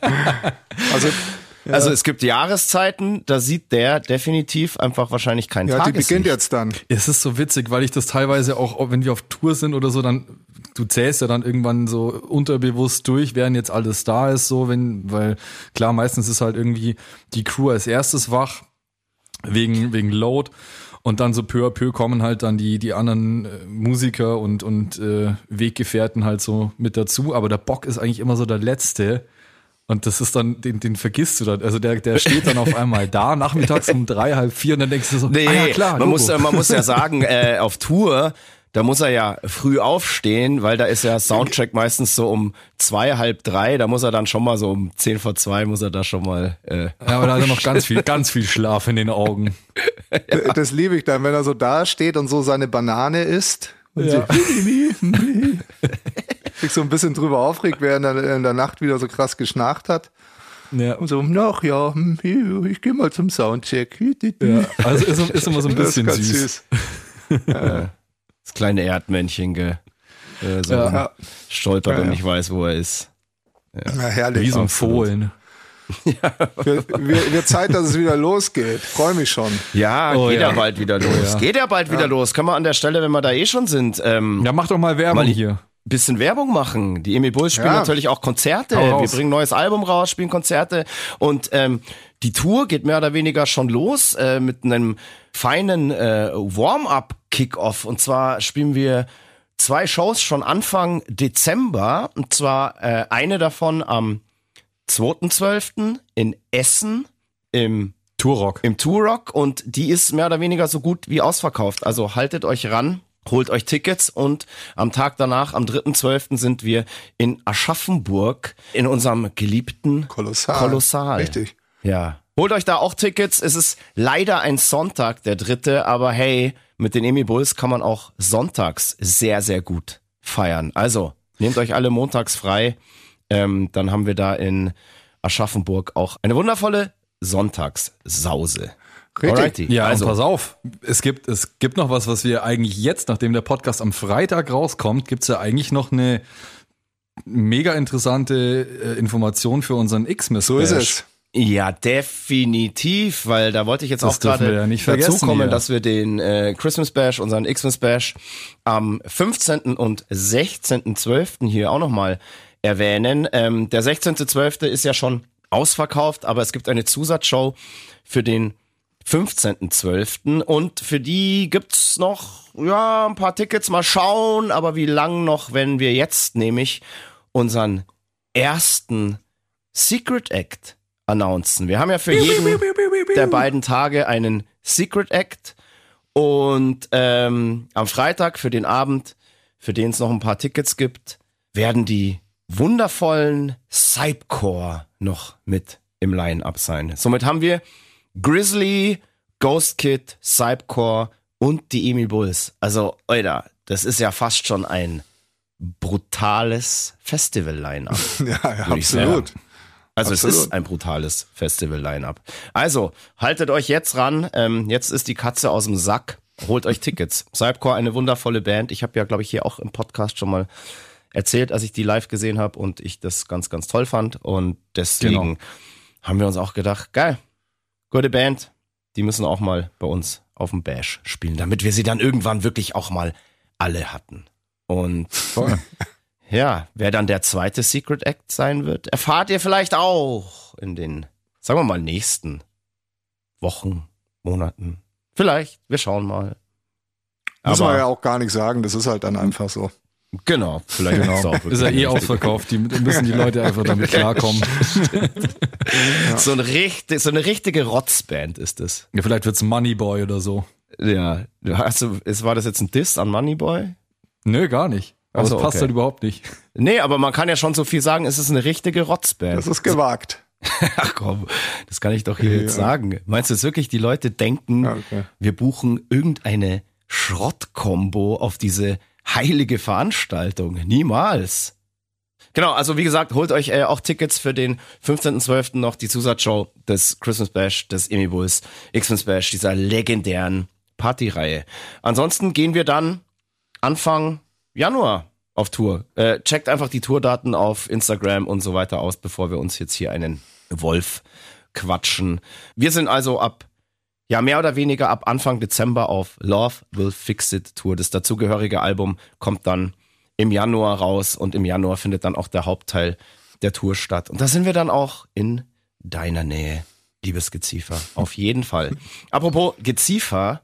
Also es gibt Jahreszeiten, da sieht der definitiv einfach wahrscheinlich keinen Tageslicht. Ja, die beginnt jetzt dann. Es ist so witzig, weil ich das teilweise auch, wenn wir auf Tour sind oder so, dann, du zählst ja dann irgendwann so unterbewusst durch, während jetzt alles da ist, so, weil klar, meistens ist halt irgendwie die Crew als erstes wach, wegen Load. Und dann so peu à peu kommen halt dann die anderen Musiker und Weggefährten halt so mit dazu. Aber der Bock ist eigentlich immer so der Letzte. Und das ist dann, den vergisst du dann. Also der steht dann auf einmal da, nachmittags um 3, halb 4 und dann denkst du so, ja klar, man muss ja sagen, auf Tour, da muss er ja früh aufstehen, weil da ist ja Soundcheck meistens so um 2, halb 3, da muss er dann schon mal so um 10 vor 2 muss er da schon mal. Ja, aber da hat er noch ganz viel Schlaf in den Augen. Ja. Das liebe ich dann, wenn er so da steht und so seine Banane isst. Und so sich so ein bisschen drüber aufregt, während er in der Nacht wieder so krass geschnarcht hat. Ja. Und so, ich gehe mal zum Soundcheck. Ja, also ist immer so ein bisschen das ist süß. Das kleine Erdmännchen, gell. Stolpert und nicht weiß, wo er ist. Ja, herrlich. Wie so ein Fohlen. Wird Zeit, dass es wieder losgeht. Freue mich schon. Ja, geht ja bald wieder los. Geht ja bald wieder los. Können wir an der Stelle, wenn wir da schon sind. Ja, mach doch mal Werbung hier. Bisschen Werbung machen. Die Emil Bulls spielen natürlich auch Konzerte. Wir bringen ein neues Album raus, spielen Konzerte. Und die Tour geht mehr oder weniger schon los mit einem feinen Warm-up-Kick-Off. Und zwar spielen wir 2 Shows schon Anfang Dezember. Und zwar eine davon am 2.12. in Essen im Tourrock. Und die ist mehr oder weniger so gut wie ausverkauft. Also haltet euch ran. Holt euch Tickets und am Tag danach, am 3.12. sind wir in Aschaffenburg in unserem geliebten Kolossal. Richtig. Ja. Holt euch da auch Tickets. Es ist leider ein Sonntag, der 3., aber hey, mit den Emil Bulls kann man auch sonntags sehr, sehr gut feiern. Also, nehmt euch alle montags frei. Dann haben wir da in Aschaffenburg auch eine wundervolle Sonntagssause. Richtig. Ja, also pass auf, es gibt noch was wir eigentlich jetzt, nachdem der Podcast am Freitag rauskommt, gibt's ja eigentlich noch eine mega interessante Information für unseren Xmas. So ist es. Ja, definitiv, weil da wollte ich jetzt auch gerade dazu kommen, dass wir den Christmas Bash, unseren Xmas Bash am 15. und 16.12. hier auch nochmal erwähnen. Der 16.12. ist ja schon ausverkauft, aber es gibt eine Zusatzshow für den 15.12. und für die gibt's noch ein paar Tickets, mal schauen, aber wie lang noch, wenn wir jetzt nämlich unseren ersten Secret Act announcen. Wir haben ja für jeden der beiden Tage einen Secret Act und am Freitag für den Abend, für den es noch ein paar Tickets gibt, werden die wundervollen Cypcore noch mit im Line-Up sein. Somit haben wir Grizzly, Ghost Kid, Cypcore und die Emil Bulls. Also, Alter, das ist ja fast schon ein brutales Festival-Line-Up. Ja, absolut. Also es ist ein brutales Festival-Line-Up. Also, haltet euch jetzt ran. Jetzt ist die Katze aus dem Sack. Holt euch Tickets. Cypcore, eine wundervolle Band. Ich habe ja, glaube ich, hier auch im Podcast schon mal erzählt, als ich die live gesehen habe und ich das ganz, ganz toll fand. Und deswegen haben wir uns auch gedacht, geil, gute Band, die müssen auch mal bei uns auf dem Bash spielen, damit wir sie dann irgendwann wirklich auch mal alle hatten. Und ja, wer dann der zweite Secret Act sein wird, erfahrt ihr vielleicht auch in den, sagen wir mal, nächsten Wochen, Monaten. Vielleicht, wir schauen mal. Muss man ja auch gar nicht sagen, das ist halt dann einfach so. Genau, vielleicht ist ja ausverkauft, müssen die Leute einfach damit klarkommen. So eine richtige Rotzband ist es. Ja, vielleicht wird's Moneyboy oder so. Ja, war das jetzt ein Diss an Moneyboy? Nö, gar nicht. Aber Ach so, es passt okay. halt überhaupt nicht. Nee, aber man kann ja schon so viel sagen, es ist eine richtige Rotzband. Das ist gewagt. Ach komm, das kann ich doch hier jetzt sagen. Meinst du jetzt wirklich, die Leute denken, Okay. wir buchen irgendeine Schrottkombo auf diese heilige Veranstaltung? Niemals. Genau, also wie gesagt, holt euch auch Tickets für den 15.12. noch, die Zusatzshow des Christmas Bash, des Emi Bulls Xmas Bash, dieser legendären Partyreihe. Ansonsten gehen wir dann Anfang Januar auf Tour. Checkt einfach die Tourdaten auf Instagram und so weiter aus, bevor wir uns jetzt hier einen Wolf quatschen. Wir sind also mehr oder weniger ab Anfang Dezember auf Love Will Fix It Tour. Das dazugehörige Album kommt dann im Januar raus und im Januar findet dann auch der Hauptteil der Tour statt. Und da sind wir dann auch in deiner Nähe, liebes Geziefer. Auf jeden Fall. Apropos Geziefer,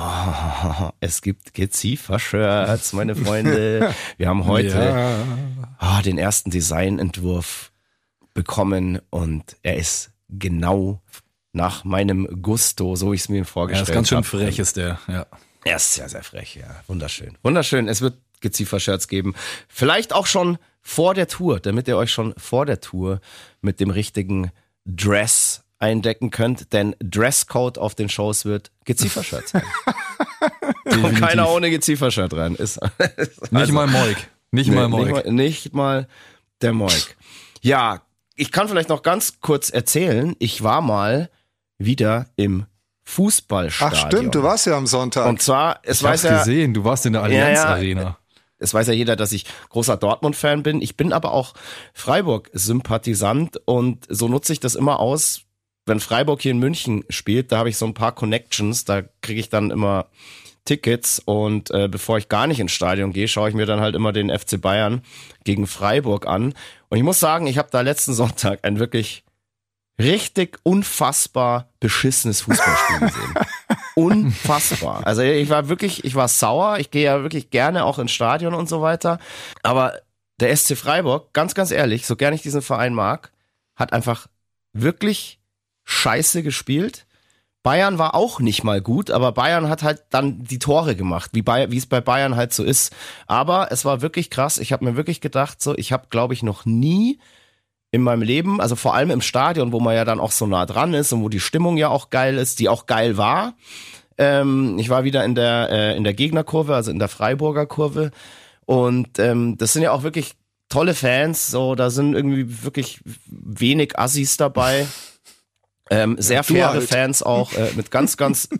es gibt Geziefer-Shirts, meine Freunde. Wir haben heute den ersten Designentwurf bekommen und er ist genau nach meinem Gusto, so wie ich es mir vorgestellt habe. Ja, ist ganz schön frech ist der, ja. Er ist sehr, sehr frech, ja. Wunderschön. Wunderschön. Es wird Geziefer-Shirts geben. Vielleicht auch schon vor der Tour, damit ihr euch schon vor der Tour mit dem richtigen Dress eindecken könnt, denn Dresscode auf den Shows wird Geziefer-Shirts sein. Kommt keiner ohne Geziefer-Shirt rein. Nicht mal Moik. Nicht mal Moik. Nicht mal der Moik. Ja, ich kann vielleicht noch ganz kurz erzählen, ich war mal wieder im Fußballstadion. Ach stimmt, du warst ja am Sonntag. Und zwar, Ich hab's gesehen, du warst in der Allianz Arena. Es weiß ja jeder, dass ich großer Dortmund-Fan bin. Ich bin aber auch Freiburg-Sympathisant und so nutze ich das immer aus, wenn Freiburg hier in München spielt, da habe ich so ein paar Connections, da kriege ich dann immer Tickets und bevor ich gar nicht ins Stadion gehe, schaue ich mir dann halt immer den FC Bayern gegen Freiburg an. Und ich muss sagen, ich habe da letzten Sonntag ein wirklich richtig unfassbar beschissenes Fußballspiel gesehen. Unfassbar. Also ich war sauer, ich gehe ja wirklich gerne auch ins Stadion und so weiter, aber der SC Freiburg, ganz, ganz ehrlich, so gern ich diesen Verein mag, hat einfach wirklich scheiße gespielt. Bayern war auch nicht mal gut, aber Bayern hat halt dann die Tore gemacht, wie es bei Bayern halt so ist. Aber es war wirklich krass. Ich habe mir wirklich gedacht, so, ich habe, glaube ich, noch nie in meinem Leben, also vor allem im Stadion, wo man ja dann auch so nah dran ist und wo die Stimmung ja auch geil ist, die auch geil war. Ich war wieder in der Gegnerkurve, also in der Freiburger Kurve. Und das sind ja auch wirklich tolle Fans. So, da sind irgendwie wirklich wenig Assis dabei. Sehr faire Fans auch, mit ganz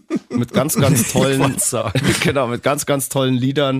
tollen, genau, mit ganz tollen Liedern.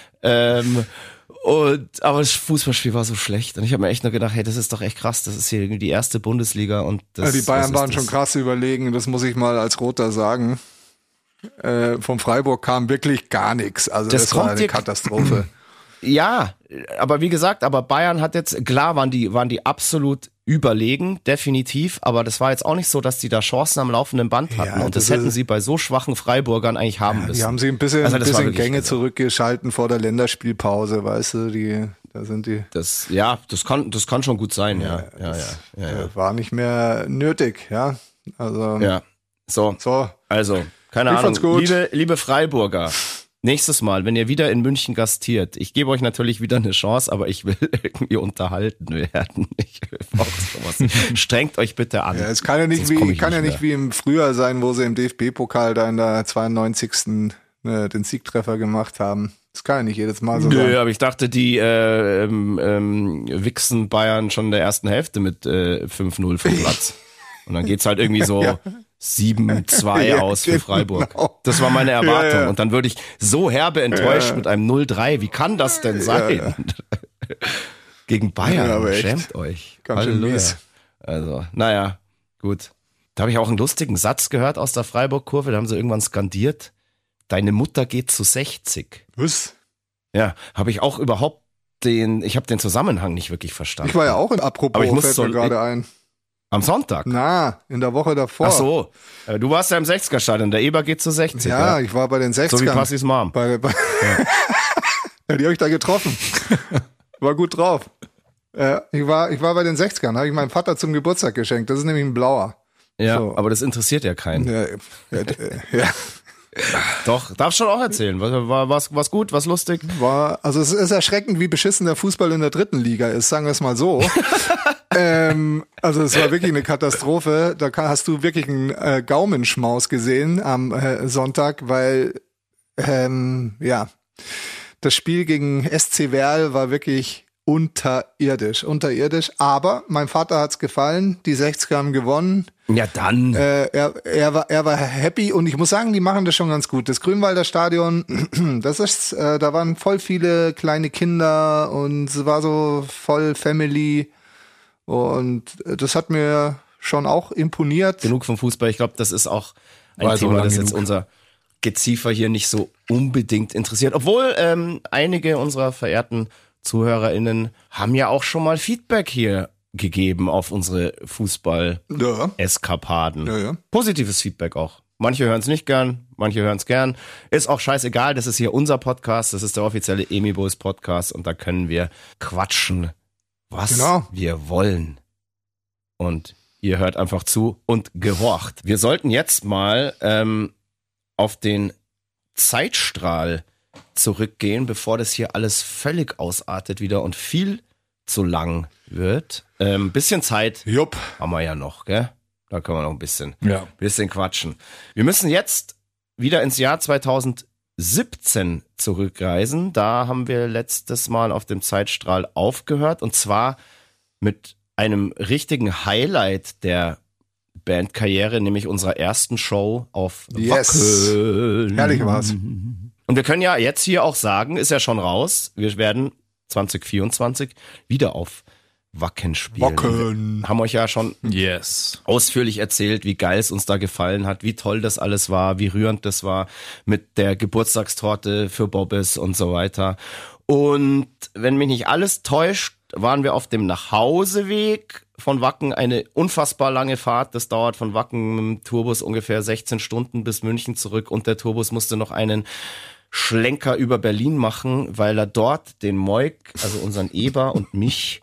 Aber das Fußballspiel war so schlecht und ich habe mir echt nur gedacht, hey, das ist doch echt krass, das ist hier irgendwie die erste Bundesliga und das. Ja, die Bayern waren schon krass überlegen, das muss ich mal als Roter sagen. Vom Freiburg kam wirklich gar nichts, also das war eine Katastrophe. Ja, aber wie gesagt, Bayern hat jetzt, klar waren die absolut überlegen, definitiv, aber das war jetzt auch nicht so, dass die da Chancen am laufenden Band hatten und das hätten sie bei so schwachen Freiburgern eigentlich haben müssen. Die haben sie ein bisschen Gänge zurückgeschalten vor der Länderspielpause, weißt du, da sind die. Das kann schon gut sein, ja. War nicht mehr nötig, ja. Also. Ja. So. Also, keine Ahnung. Liebe Freiburger. Nächstes Mal, wenn ihr wieder in München gastiert, ich gebe euch natürlich wieder eine Chance, aber ich will irgendwie unterhalten werden. Ich will auch sowas. Strengt euch bitte an. Ja, es kann ja nicht wie im Frühjahr sein, wo sie im DFB-Pokal da in der 92. Den Siegtreffer gemacht haben. Das kann ja nicht jedes Mal so sein. Nö, aber ich dachte, die wichsen Bayern schon in der ersten Hälfte mit 5-0 vom Platz. Und dann geht's halt irgendwie so 7-2 aus für Freiburg. Genau. Das war meine Erwartung. Ja. Und dann würde ich so herbe enttäuscht mit einem 0-3. Wie kann das denn sein? Ja. Gegen Bayern. Schämt euch. Ganz schön mies. Also, naja, gut. Da habe ich auch einen lustigen Satz gehört aus der Freiburg-Kurve. Da haben sie irgendwann skandiert. Deine Mutter geht zu 60. Was? Ja, habe ich auch überhaupt ich habe den Zusammenhang nicht wirklich verstanden. Ich war ja auch in Apropos, aber fällt mir gerade ein. Am Sonntag? In der Woche davor. Ach so, du warst ja im 60er-Stadion, der Eber geht zu 60. Ja, ich war bei den 60ern. So wie Passis Mom. Ja, die habe ich da getroffen. War gut drauf. Ich war bei den 60ern, habe ich meinem Vater zum Geburtstag geschenkt. Das ist nämlich ein blauer. Ja, so. Aber das interessiert ja keinen. Ja. Doch, darfst schon auch erzählen. Was gut, was lustig? Also es ist erschreckend, wie beschissen der Fußball in der 3. Liga ist, sagen wir es mal so. Also es war wirklich eine Katastrophe. Da hast du wirklich einen Gaumenschmaus gesehen am Sonntag, weil das Spiel gegen SC Verl war wirklich unterirdisch. Aber mein Vater hat's gefallen. Die 60er haben gewonnen. Ja, dann. Er war happy und ich muss sagen, die machen das schon ganz gut. Das Grünwalder Stadion, da waren voll viele kleine Kinder und es war so voll Family und das hat mir schon auch imponiert. Genug vom Fußball. Ich glaube, das ist auch ein Thema, das jetzt unser Geziefer hier nicht so unbedingt interessiert. Obwohl einige unserer verehrten ZuhörerInnen haben ja auch schon mal Feedback hier gegeben auf unsere Fußball-Eskapaden. Ja. Positives Feedback auch. Manche hören es nicht gern, manche hören es gern. Ist auch scheißegal, das ist hier unser Podcast, das ist der offizielle Emi Boys Podcast und da können wir quatschen, was wir wollen. Und ihr hört einfach zu und gehorcht. Wir sollten jetzt mal auf den Zeitstrahl zurückgehen, bevor das hier alles völlig ausartet wieder und viel zu lang wird. Bisschen Zeit haben wir ja noch, gell? Da können wir noch ein bisschen quatschen. Wir müssen jetzt wieder ins Jahr 2017 zurückreisen. Da haben wir letztes Mal auf dem Zeitstrahl aufgehört und zwar mit einem richtigen Highlight der Bandkarriere, nämlich unserer ersten Show auf Wacken. Herrlich war's. Und wir können ja jetzt hier auch sagen, ist ja schon raus, wir werden 2024 wieder auf Wacken spielen. Wir haben euch ja schon ausführlich erzählt, wie geil es uns da gefallen hat, wie toll das alles war, wie rührend das war mit der Geburtstagstorte für Bobbes und so weiter. Und wenn mich nicht alles täuscht, waren wir auf dem Nachhauseweg von Wacken, eine unfassbar lange Fahrt. Das dauert von Wacken mit dem Tourbus ungefähr 16 Stunden bis München zurück und der Tourbus musste noch einen Schlenker über Berlin machen, weil er dort den Moik, also unseren Eber und mich,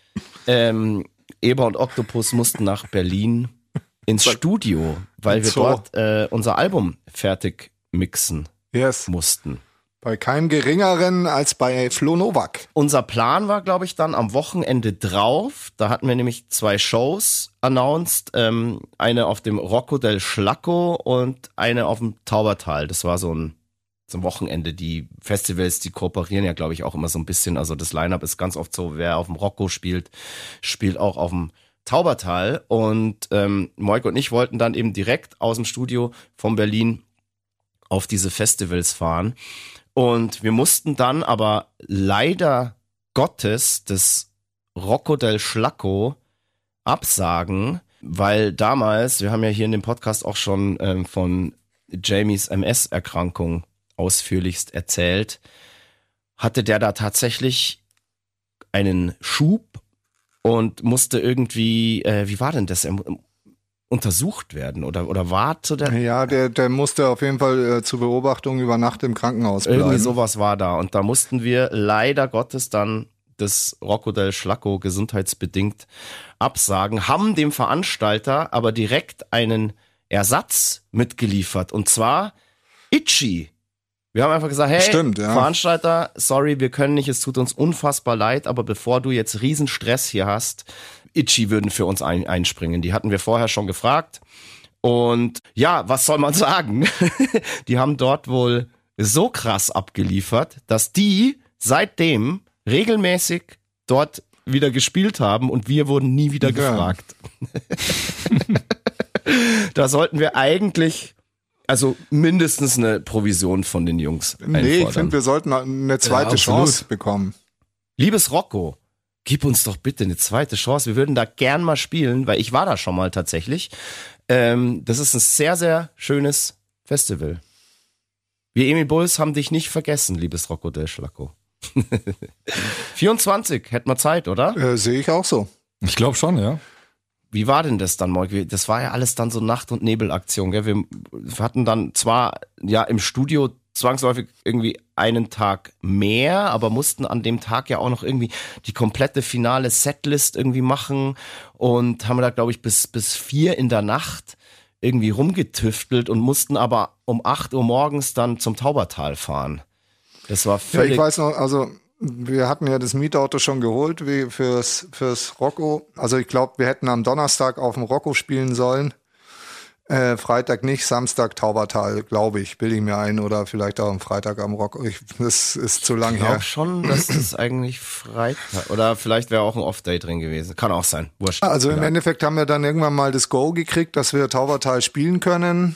Eber und Octopus mussten nach Berlin ins Studio, weil wir dort unser Album fertig mixen mussten. Bei keinem Geringeren als bei Flo Novak. Unser Plan war, glaube ich, dann am Wochenende drauf. Da hatten wir nämlich 2 Shows announced. Eine auf dem Rocco del Schlacco und eine auf dem Taubertal. Das war so ein Wochenende. Die Festivals, die kooperieren ja, glaube ich, auch immer so ein bisschen. Also das Line-Up ist ganz oft so, wer auf dem Rocco spielt, spielt auch auf dem Taubertal. Und Moik und ich wollten dann eben direkt aus dem Studio von Berlin auf diese Festivals fahren. Und wir mussten dann aber leider Gottes das Rocco del Schlacco absagen, weil damals, wir haben ja hier in dem Podcast auch schon von Jamies MS-Erkrankung ausführlichst erzählt, hatte der da tatsächlich einen Schub und musste irgendwie, wie war denn das, untersucht werden oder war zu der... Ja, der musste auf jeden Fall zur Beobachtung über Nacht im Krankenhaus bleiben. Irgendwie sowas war da und da mussten wir leider Gottes dann das Rocco del Schlacco gesundheitsbedingt absagen, haben dem Veranstalter aber direkt einen Ersatz mitgeliefert und zwar Itchy. Wir haben einfach gesagt, hey, Veranstalter, sorry, wir können nicht, es tut uns unfassbar leid, aber bevor du jetzt riesen Stress hier hast, Itchy würden für uns einspringen. Die hatten wir vorher schon gefragt. Und ja, was soll man sagen? Die haben dort wohl so krass abgeliefert, dass die seitdem regelmäßig dort wieder gespielt haben und wir wurden nie wieder gefragt. Da sollten wir eigentlich, also mindestens eine Provision von den Jungs einfordern. Nee, ich finde, wir sollten eine zweite Chance bekommen. Liebes Rocco, gib uns doch bitte eine zweite Chance. Wir würden da gern mal spielen, weil ich war da schon mal tatsächlich. Das ist ein sehr, sehr schönes Festival. Wir Emi Bulls haben dich nicht vergessen, liebes Rocco del Schlacco. 24, hätten wir Zeit, oder? Sehe ich auch so. Ich glaube schon, ja. Wie war denn das dann, Moik? Das war ja alles dann so Nacht- und Nebelaktion, gell? Wir hatten dann zwar ja im Studio zwangsläufig irgendwie einen Tag mehr, aber mussten an dem Tag ja auch noch irgendwie die komplette finale Setlist irgendwie machen und haben da, glaube ich, bis 4 in der Nacht irgendwie rumgetüftelt und mussten aber um 8 Uhr morgens dann zum Taubertal fahren. Das war Ja, völlig... ich weiß noch, also wir hatten ja das Mietauto schon geholt wie fürs Rocco. Also ich glaube, wir hätten am Donnerstag auf dem Rocco spielen sollen. Freitag nicht, Samstag Taubertal, glaube ich, bilde ich mir ein. Oder vielleicht auch am Freitag am Rocco. Das ist zu lang Ich her. glaube schon, dass das eigentlich Freitag... Oder vielleicht wäre auch ein Off-Day drin gewesen. Kann auch sein. Wurscht. Also im Ja. Endeffekt haben wir dann irgendwann mal das Go gekriegt, dass wir Taubertal spielen können.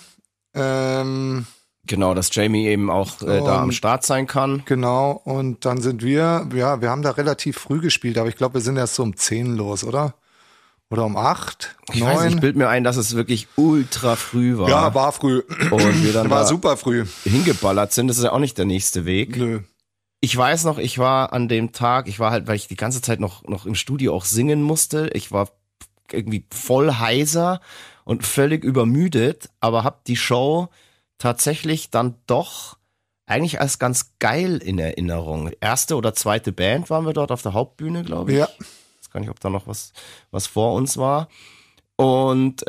Genau, dass Jamie eben auch da am Start sein kann. Genau, und dann sind wir haben da relativ früh gespielt, aber ich glaube, wir sind erst so um 10 los, oder? Oder um 8, Ich weiß 9? nicht, ich bild mir ein, dass es wirklich ultra früh war. Ja, war früh. Und wir dann War da super früh. hingeballert sind. Das ist ja auch nicht der nächste Weg. Nö. Ich weiß noch, ich war an dem Tag, weil ich die ganze Zeit noch im Studio auch singen musste. Ich war irgendwie voll heiser und völlig übermüdet, aber hab die Show tatsächlich dann doch eigentlich als ganz geil in Erinnerung. Erste oder zweite Band waren wir dort auf der Hauptbühne, glaube ich. Ja. Ich weiß gar nicht, ob da noch was vor uns war. Und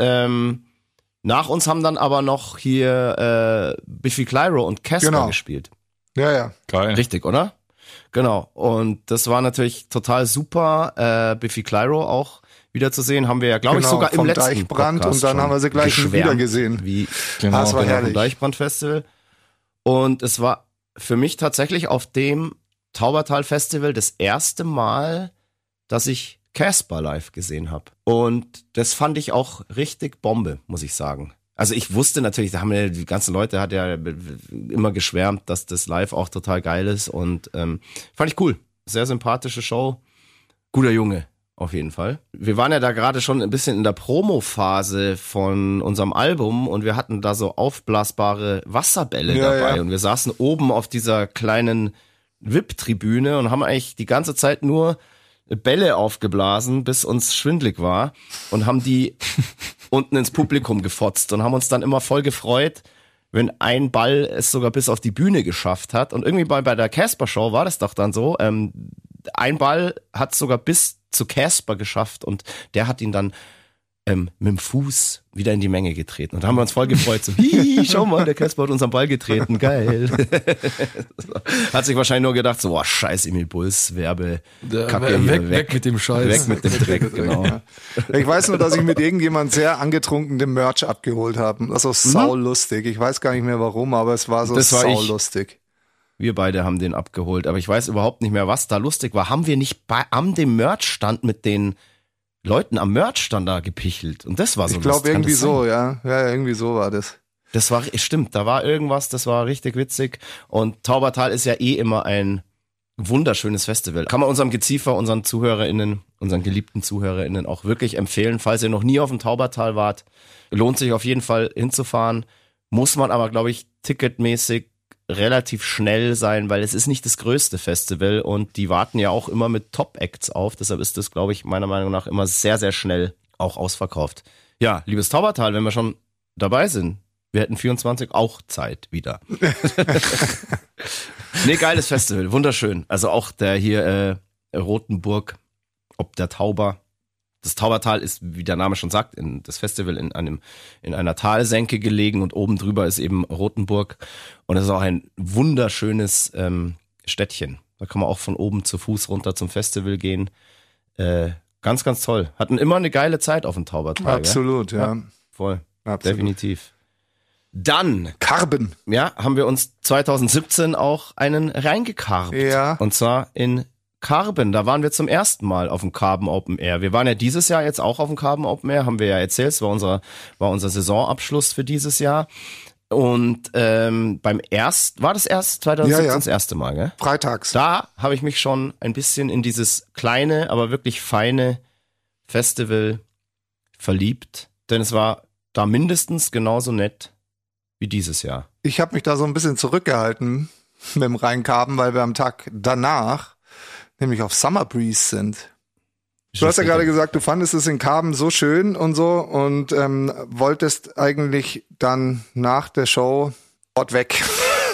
nach uns haben dann aber noch hier Biffy Clyro und Casper Genau. gespielt. Ja. Geil. Richtig, oder? Genau. Und das war natürlich total super, Biffy Clyro auch wiederzusehen. Haben wir ja, glaube ich, Genau, sogar im vom letzten Deichbrand Podcast und dann schon haben wir sie gleich geschwärmt, wieder gesehen. Wie Genau. Das war vom herrlich. Deichbrand-Festival. Und es war für mich tatsächlich auf dem Taubertal-Festival das erste Mal, dass ich Casper live gesehen habe. Und das fand ich auch richtig Bombe, muss ich sagen. Also ich wusste natürlich, da haben ja die ganzen Leute, hat ja immer geschwärmt, dass das live auch total geil ist. Und fand ich cool. Sehr sympathische Show. Guter Junge. Auf jeden Fall. Wir waren ja da gerade schon ein bisschen in der Promo-Phase von unserem Album und wir hatten da so aufblasbare Wasserbälle dabei. Ja. Und wir saßen oben auf dieser kleinen VIP-Tribüne und haben eigentlich die ganze Zeit nur Bälle aufgeblasen, bis uns schwindlig war und haben die unten ins Publikum gefotzt und haben uns dann immer voll gefreut, wenn ein Ball es sogar bis auf die Bühne geschafft hat. Und irgendwie bei der Casper-Show war das doch dann so, ein Ball hat sogar bis zu Casper geschafft und der hat ihn dann mit dem Fuß wieder in die Menge getreten. Und da haben wir uns voll gefreut. So, hihi, schau mal, der Casper hat unseren Ball getreten, geil. Hat sich wahrscheinlich nur gedacht, so, boah, scheiß Emil Bulls, Werbekacke hier, Weg mit dem Scheiß. Weg mit dem Dreck, genau. Ja. Ich weiß nur, dass ich mit irgendjemand sehr angetrunken den Merch abgeholt habe. Also saulustig. Ich weiß gar nicht mehr warum, aber es war so Das war ich. saulustig. Wir beide haben den abgeholt, aber ich weiß überhaupt nicht mehr, was da lustig war. Haben wir nicht an dem Merchstand mit den Leuten am Merchstand da gepichelt? Und das war so Ich glaube lustig. Kann irgendwie das sein? so, ja. Ja, irgendwie so war das. Das war, stimmt, da war irgendwas, das war richtig witzig. Und Taubertal ist ja eh immer ein wunderschönes Festival. Kann man unserem Geziefer, unseren ZuhörerInnen, unseren geliebten ZuhörerInnen auch wirklich empfehlen. Falls ihr noch nie auf dem Taubertal wart, lohnt sich auf jeden Fall hinzufahren. Muss man aber, glaube ich, ticketmäßig relativ schnell sein, weil es ist nicht das größte Festival und die warten ja auch immer mit Top-Acts auf. Deshalb ist das, glaube ich, meiner Meinung nach immer sehr, sehr schnell auch ausverkauft. Ja, liebes Taubertal, wenn wir schon dabei sind, wir hätten 24 auch Zeit wieder. Nee, geiles Festival, wunderschön. Also auch der hier Rotenburg, ob der Tauber. Das Taubertal ist, wie der Name schon sagt, das Festival in einer Talsenke gelegen und oben drüber ist eben Rotenburg. Und es ist auch ein wunderschönes Städtchen. Da kann man auch von oben zu Fuß runter zum Festival gehen. Ganz, ganz toll. Hatten immer eine geile Zeit auf dem Taubertal. Absolut, ja. Voll, Absolut. definitiv. Dann, Karben. ja, haben wir uns 2017 auch einen reingekarbt. Ja. Und zwar in Karben, da waren wir zum ersten Mal auf dem Karben Open Air. Wir waren ja dieses Jahr jetzt auch auf dem Karben Open Air, haben wir ja erzählt, es war unser Saisonabschluss für dieses Jahr. Und war das erst 2017 Ja. das erste Mal, gell? Freitags. Da habe ich mich schon ein bisschen in dieses kleine, aber wirklich feine Festival verliebt, denn es war da mindestens genauso nett wie dieses Jahr. Ich habe mich da so ein bisschen zurückgehalten mit dem Reinkarben, weil wir am Tag danach nämlich auf Summer Breeze sind. Du hast ja gerade gesagt, du fandest es in Karben so schön und so und wolltest eigentlich dann nach der Show dort weg.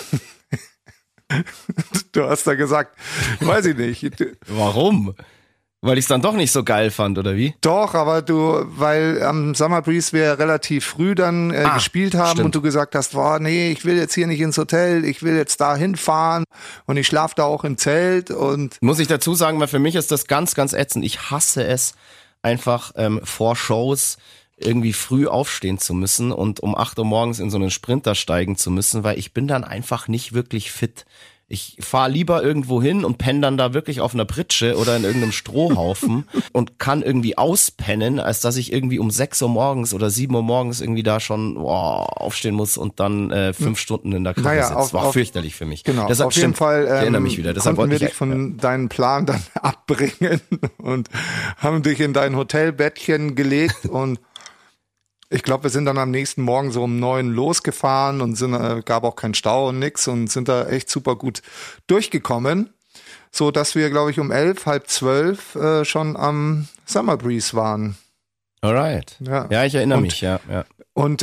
Du hast da gesagt, weiß ich nicht. Warum? Weil ich es dann doch nicht so geil fand, oder wie? Doch, aber weil am Summer Breeze wir relativ früh dann gespielt haben stimmt. und du gesagt hast, boah, nee, ich will jetzt hier nicht ins Hotel, ich will jetzt da hinfahren und ich schlafe da auch im Zelt und Muss ich dazu sagen, weil für mich ist das ganz, ganz ätzend. Ich hasse es, einfach vor Shows irgendwie früh aufstehen zu müssen und um 8 Uhr morgens in so einen Sprinter steigen zu müssen, weil ich bin dann einfach nicht wirklich fit. Ich fahre lieber irgendwo hin und penne dann da wirklich auf einer Pritsche oder in irgendeinem Strohhaufen und kann irgendwie auspennen, als dass ich irgendwie um 6 Uhr morgens oder 7 Uhr morgens irgendwie da schon aufstehen muss und dann 5 Stunden in der Karre sitze. Das war fürchterlich für mich. Genau, deshalb, auf jeden Fall ich erinnere mich wieder. Deshalb konnten wir wollte dich von deinem Plan dann abbringen und haben dich in dein Hotelbettchen gelegt und ich glaube, wir sind dann am nächsten Morgen so um 9 losgefahren und gab auch keinen Stau und nix und sind da echt super gut durchgekommen, so dass wir, glaube ich, um 11, halb 12 schon am Summer Breeze waren. Alright. Ja, ich erinnere mich, ja. Und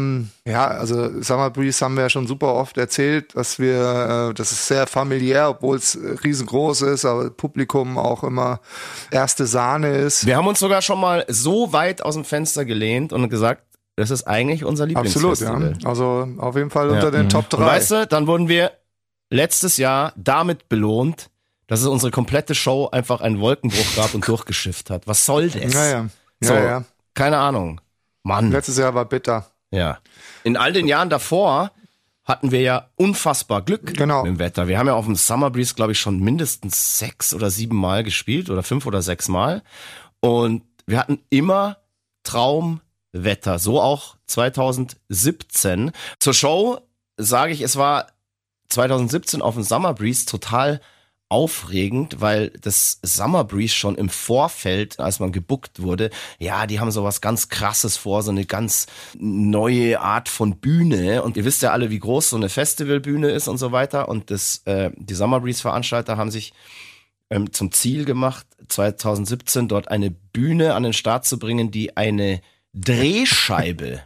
also Summer Breeze haben wir ja schon super oft erzählt, dass das ist sehr familiär, obwohl es riesengroß ist, aber Publikum auch immer erste Sahne ist. Wir haben uns sogar schon mal so weit aus dem Fenster gelehnt und gesagt, das ist eigentlich unser Lieblingsfestival. Absolut, ja. Also auf jeden Fall unter den Top 3. Und weißt du, dann wurden wir letztes Jahr damit belohnt, dass es unsere komplette Show einfach einen Wolkenbruch gab und durchgeschifft hat. Was soll das? Ja. Keine Ahnung. Mann. Letztes Jahr war bitter. Ja. In all den Jahren davor hatten wir ja unfassbar Glück mit dem Wetter. Wir haben ja auf dem Summer Breeze, glaube ich, schon mindestens 6 oder 7 Mal gespielt oder 5 oder 6 Mal. Und wir hatten immer Traumwetter. So auch 2017. Zur Show sage ich, es war 2017 auf dem Summer Breeze total aufregend, weil das Summer Breeze schon im Vorfeld, als man gebuckt wurde, ja, die haben sowas ganz Krasses vor, so eine ganz neue Art von Bühne und ihr wisst ja alle, wie groß so eine Festivalbühne ist und so weiter und die Summer Breeze Veranstalter haben sich zum Ziel gemacht, 2017 dort eine Bühne an den Start zu bringen, die eine Drehscheibe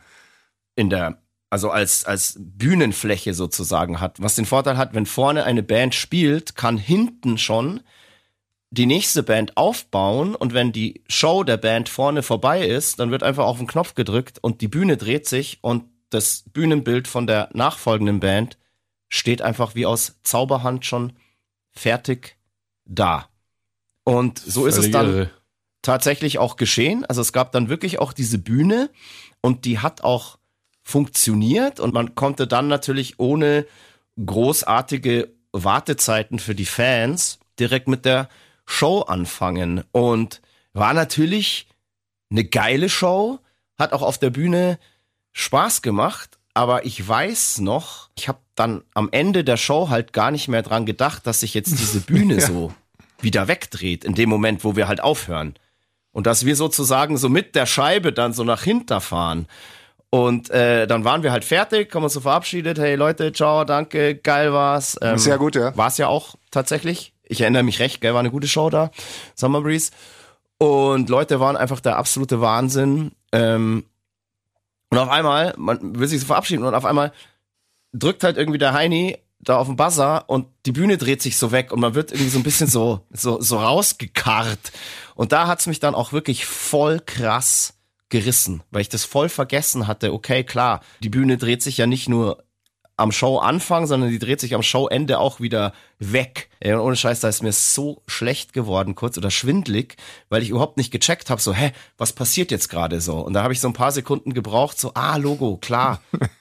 also als Bühnenfläche sozusagen hat, was den Vorteil hat, wenn vorne eine Band spielt, kann hinten schon die nächste Band aufbauen und wenn die Show der Band vorne vorbei ist, dann wird einfach auf den Knopf gedrückt und die Bühne dreht sich und das Bühnenbild von der nachfolgenden Band steht einfach wie aus Zauberhand schon fertig da. Und so ist es dann tatsächlich auch geschehen. Also es gab dann wirklich auch diese Bühne und die hat auch funktioniert und man konnte dann natürlich ohne großartige Wartezeiten für die Fans direkt mit der Show anfangen und war natürlich eine geile Show, hat auch auf der Bühne Spaß gemacht, aber ich weiß noch, ich habe dann am Ende der Show halt gar nicht mehr dran gedacht, dass sich jetzt diese Bühne so wieder wegdreht in dem Moment, wo wir halt aufhören und dass wir sozusagen so mit der Scheibe dann so nach hinten fahren. Und dann waren wir halt fertig, haben uns so verabschiedet. Hey Leute, ciao, danke, geil war's. Sehr gut, ja. War's ja auch tatsächlich. Ich erinnere mich recht, war eine gute Show da, Summer Breeze. Und Leute waren einfach der absolute Wahnsinn. Und auf einmal, man will sich so verabschieden und auf einmal drückt halt irgendwie der Heini da auf den Buzzer und die Bühne dreht sich so weg und man wird irgendwie so ein bisschen so rausgekarrt. Und da hat's mich dann auch wirklich voll krass gerissen, weil ich das voll vergessen hatte. Okay, klar, die Bühne dreht sich ja nicht nur am Showanfang, sondern die dreht sich am Showende auch wieder weg. Und ohne Scheiß, da ist mir so schlecht geworden kurz oder schwindlig, weil ich überhaupt nicht gecheckt habe, so, was passiert jetzt gerade so? Und da habe ich so ein paar Sekunden gebraucht, so, Logo, klar.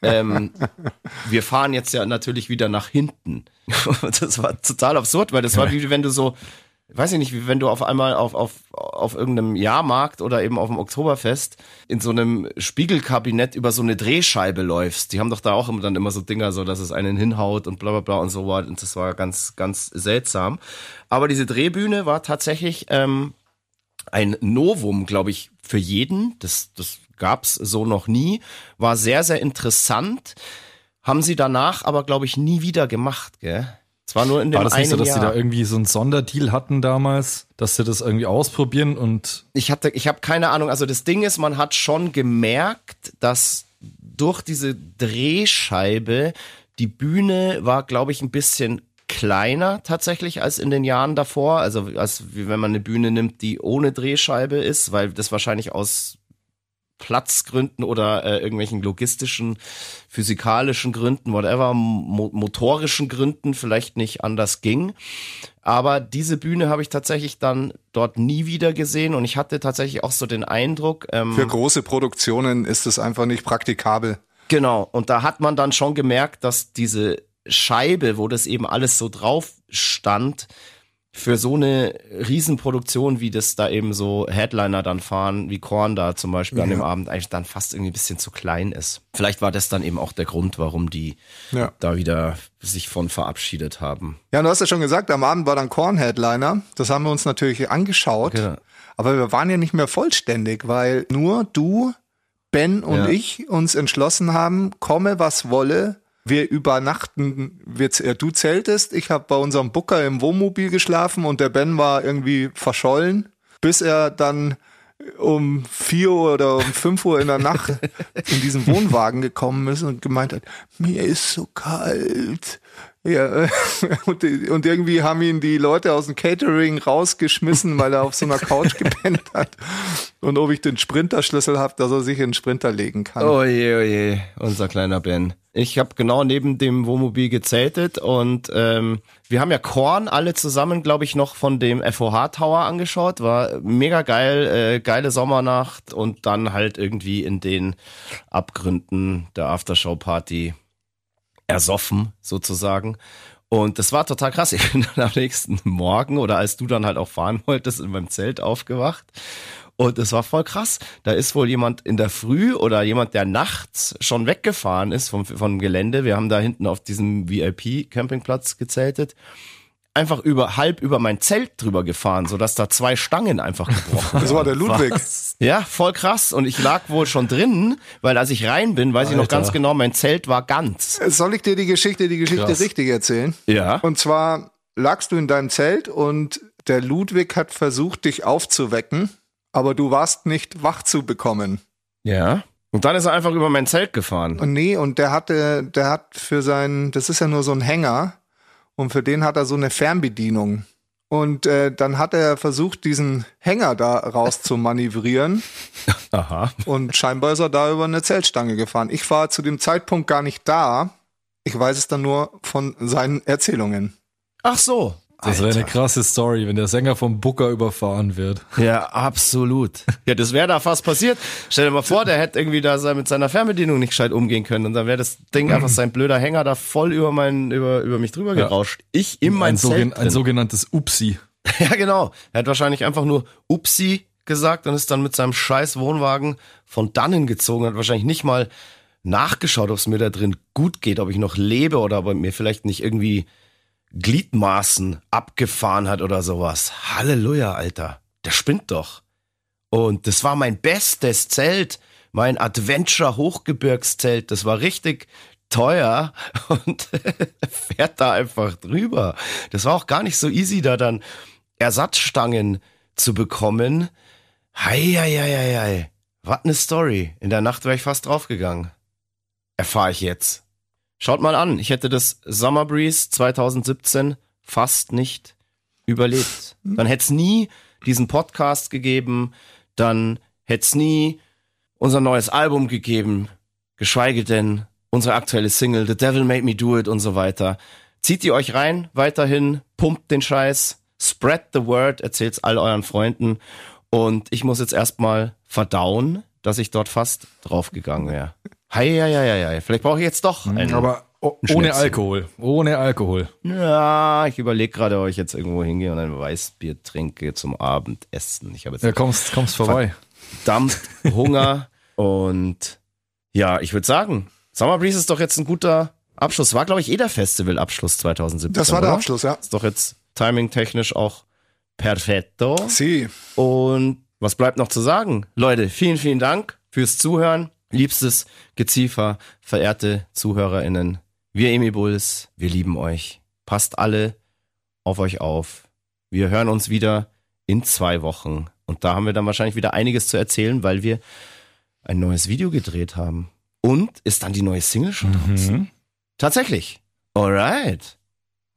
Wir fahren jetzt ja natürlich wieder nach hinten. Das war total absurd, weil das war wie wenn du so, weiß ich nicht, wie wenn du auf einmal auf irgendeinem Jahrmarkt oder eben auf dem Oktoberfest in so einem Spiegelkabinett über so eine Drehscheibe läufst. Die haben doch da auch dann immer so Dinger, so dass es einen hinhaut und bla bla bla und so war. Und das war ganz, ganz seltsam. Aber diese Drehbühne war tatsächlich ein Novum, glaube ich, für jeden. Das gab's so noch nie. War sehr, sehr interessant. Haben sie danach aber, glaube ich, nie wieder gemacht, gell? Es war nur in dem einen Jahr. War das nicht so, dass sie da irgendwie so einen Sonderdeal hatten damals, dass sie das irgendwie ausprobieren und... Ich habe keine Ahnung. Also das Ding ist, man hat schon gemerkt, dass durch diese Drehscheibe die Bühne war, glaube ich, ein bisschen kleiner tatsächlich als in den Jahren davor. Also als wie wenn man eine Bühne nimmt, die ohne Drehscheibe ist, weil das wahrscheinlich aus Platzgründen oder irgendwelchen logistischen, physikalischen Gründen, whatever, motorischen Gründen vielleicht nicht anders ging. Aber diese Bühne habe ich tatsächlich dann dort nie wieder gesehen und ich hatte tatsächlich auch so den Eindruck. Für große Produktionen ist es einfach nicht praktikabel. Genau, und da hat man dann schon gemerkt, dass diese Scheibe, wo das eben alles so drauf stand, für so eine Riesenproduktion, wie das da eben so Headliner dann fahren, wie Korn da zum Beispiel an dem Abend, eigentlich dann fast irgendwie ein bisschen zu klein ist. Vielleicht war das dann eben auch der Grund, warum die da wieder sich von verabschiedet haben. Ja, du hast ja schon gesagt, am Abend war dann Korn Headliner. Das haben wir uns natürlich angeschaut. Genau. Aber wir waren ja nicht mehr vollständig, weil nur du, Ben und ich uns entschlossen haben, komme was wolle, wir übernachten, du zeltest, ich habe bei unserem Booker im Wohnmobil geschlafen und der Ben war irgendwie verschollen, bis er dann um 4 Uhr oder um 5 Uhr in der Nacht in diesen Wohnwagen gekommen ist und gemeint hat, mir ist so kalt. Ja, und irgendwie haben ihn die Leute aus dem Catering rausgeschmissen, weil er auf so einer Couch gepennt hat. Und ob ich den Sprinterschlüssel habe, dass er sich in den Sprinter legen kann. Oje, unser kleiner Ben. Ich habe genau neben dem Wohnmobil gezeltet und wir haben ja Korn alle zusammen, glaube ich, noch von dem FOH Tower angeschaut. War mega geil, geile Sommernacht und dann halt irgendwie in den Abgründen der Aftershow-Party ersoffen sozusagen. Und das war total krass. Ich bin dann am nächsten Morgen oder als du dann halt auch fahren wolltest, in meinem Zelt aufgewacht. Und es war voll krass. Da ist wohl jemand in der Früh oder jemand, der nachts schon weggefahren ist vom Gelände. Wir haben da hinten auf diesem VIP-Campingplatz gezeltet. Einfach halb über mein Zelt drüber gefahren, sodass da 2 Stangen einfach gebrochen waren. Das war der Ludwig. Ja, voll krass. Und ich lag wohl schon drin, weil als ich rein bin, weiß ich noch ganz genau, mein Zelt war ganz. Soll ich dir die Geschichte krass. Richtig erzählen? Ja. Und zwar lagst du in deinem Zelt und der Ludwig hat versucht, dich aufzuwecken, aber du warst nicht wach zu bekommen. Ja. Und dann ist er einfach über mein Zelt gefahren. Und nee, und der hat für das ist ja nur so ein Hänger, und für den hat er so eine Fernbedienung. Und dann hat er versucht, diesen Hänger da raus zu manövrieren. Aha. Und scheinbar ist er da über eine Zeltstange gefahren. Ich war zu dem Zeitpunkt gar nicht da. Ich weiß es dann nur von seinen Erzählungen. Ach so. Das wäre eine krasse Story, wenn der Sänger vom Booker überfahren wird. Ja, absolut. Ja, das wäre da fast passiert. Stell dir mal vor, der hätte irgendwie da mit seiner Fernbedienung nicht gescheit umgehen können und dann wäre das Ding einfach sein blöder Hänger da voll über mich drüber gerauscht. Ich in mein Zelt ein sogenanntes Upsi. Ja, genau. Er hat wahrscheinlich einfach nur Upsi gesagt und ist dann mit seinem scheiß Wohnwagen von dannen gezogen, hat wahrscheinlich nicht mal nachgeschaut, ob es mir da drin gut geht, ob ich noch lebe oder ob er mir vielleicht nicht irgendwie Gliedmaßen abgefahren hat oder sowas. Halleluja, Alter. Der spinnt doch. Und das war mein bestes Zelt, mein Adventure-Hochgebirgszelt. Das war richtig teuer und fährt da einfach drüber. Das war auch gar nicht so easy, da dann Ersatzstangen zu bekommen. Hei. Was eine Story. In der Nacht wäre ich fast draufgegangen. Erfahre ich jetzt. Schaut mal an, ich hätte das Summer Breeze 2017 fast nicht überlebt. Dann hätte es nie diesen Podcast gegeben, dann hätte es nie unser neues Album gegeben, geschweige denn unsere aktuelle Single The Devil Made Me Do It und so weiter. Zieht ihr euch rein, weiterhin, pumpt den Scheiß, spread the word, erzählt's all euren Freunden und ich muss jetzt erstmal verdauen, dass ich dort fast draufgegangen wäre. Hei. Vielleicht brauche ich jetzt doch einen. Aber ohne Alkohol. Ohne Alkohol. Ja, ich überlege gerade, ob ich jetzt irgendwo hingehe und ein Weißbier trinke zum Abendessen. Ich habe jetzt kommst vorbei. Verdammt Hunger. Und ja, ich würde sagen, Summer Breeze ist doch jetzt ein guter Abschluss. War, glaube ich, der Festivalabschluss 2017. Das war der Abschluss, ja. Ist doch jetzt timingtechnisch auch perfetto. Sie. Und was bleibt noch zu sagen? Leute, vielen, vielen Dank fürs Zuhören. Liebstes Geziefer, verehrte ZuhörerInnen, wir Emil Bulls, wir lieben euch. Passt alle auf euch auf. Wir hören uns wieder in 2 Wochen. Und da haben wir dann wahrscheinlich wieder einiges zu erzählen, weil wir ein neues Video gedreht haben. Und ist dann die neue Single schon draußen? Tatsächlich. Alright.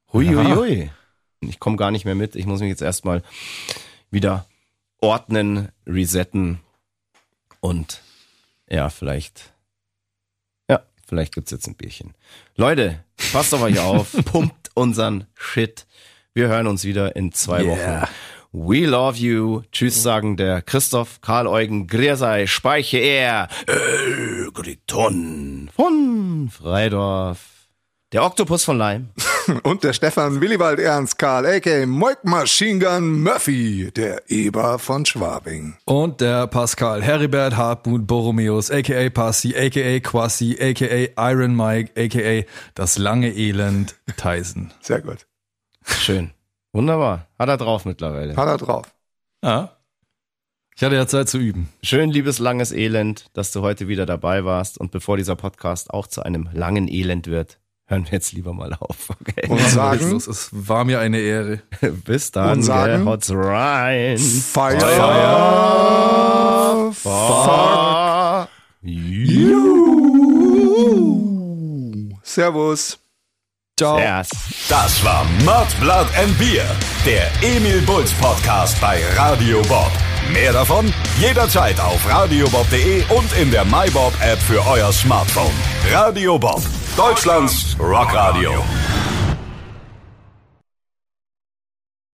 Hui. Ich komme gar nicht mehr mit. Ich muss mich jetzt erstmal wieder ordnen, resetten und vielleicht gibt's jetzt ein Bierchen. Leute, passt auf euch auf, pumpt unseren Shit. Wir hören uns wieder in 2 Wochen. We love you. Tschüss sagen der Christoph, Karl Eugen, Griersei, Speiche er, Griton von Freidorf, der Oktopus von Leim. Und der Stefan Willibald Ernst Karl, a.k.a. Moik Machine Gun Murphy, der Eber von Schwabing. Und der Pascal Heribert Hartmut Borromeus, a.k.a. Passi, a.k.a. Quassi, a.k.a. Iron Mike, a.k.a. das lange Elend Tyson. Sehr gut. Schön. Wunderbar. Hat er drauf mittlerweile. Hat er drauf. Ja. Ich hatte ja Zeit zu üben. Schön, liebes langes Elend, dass du heute wieder dabei warst. Und bevor dieser Podcast auch zu einem langen Elend wird, hören wir jetzt lieber mal auf. Okay. Und sagen, es war mir eine Ehre. Bis dann, und sagen, haut's rein. Fire. Fuck you. Servus. Ciao. Yes. Das war Mud, Blood and Beer, der Emil Bulls Podcast bei Radio Bob. Mehr davon jederzeit auf radiobob.de und in der MyBob App für euer Smartphone. Radio Bob, Deutschlands Rockradio.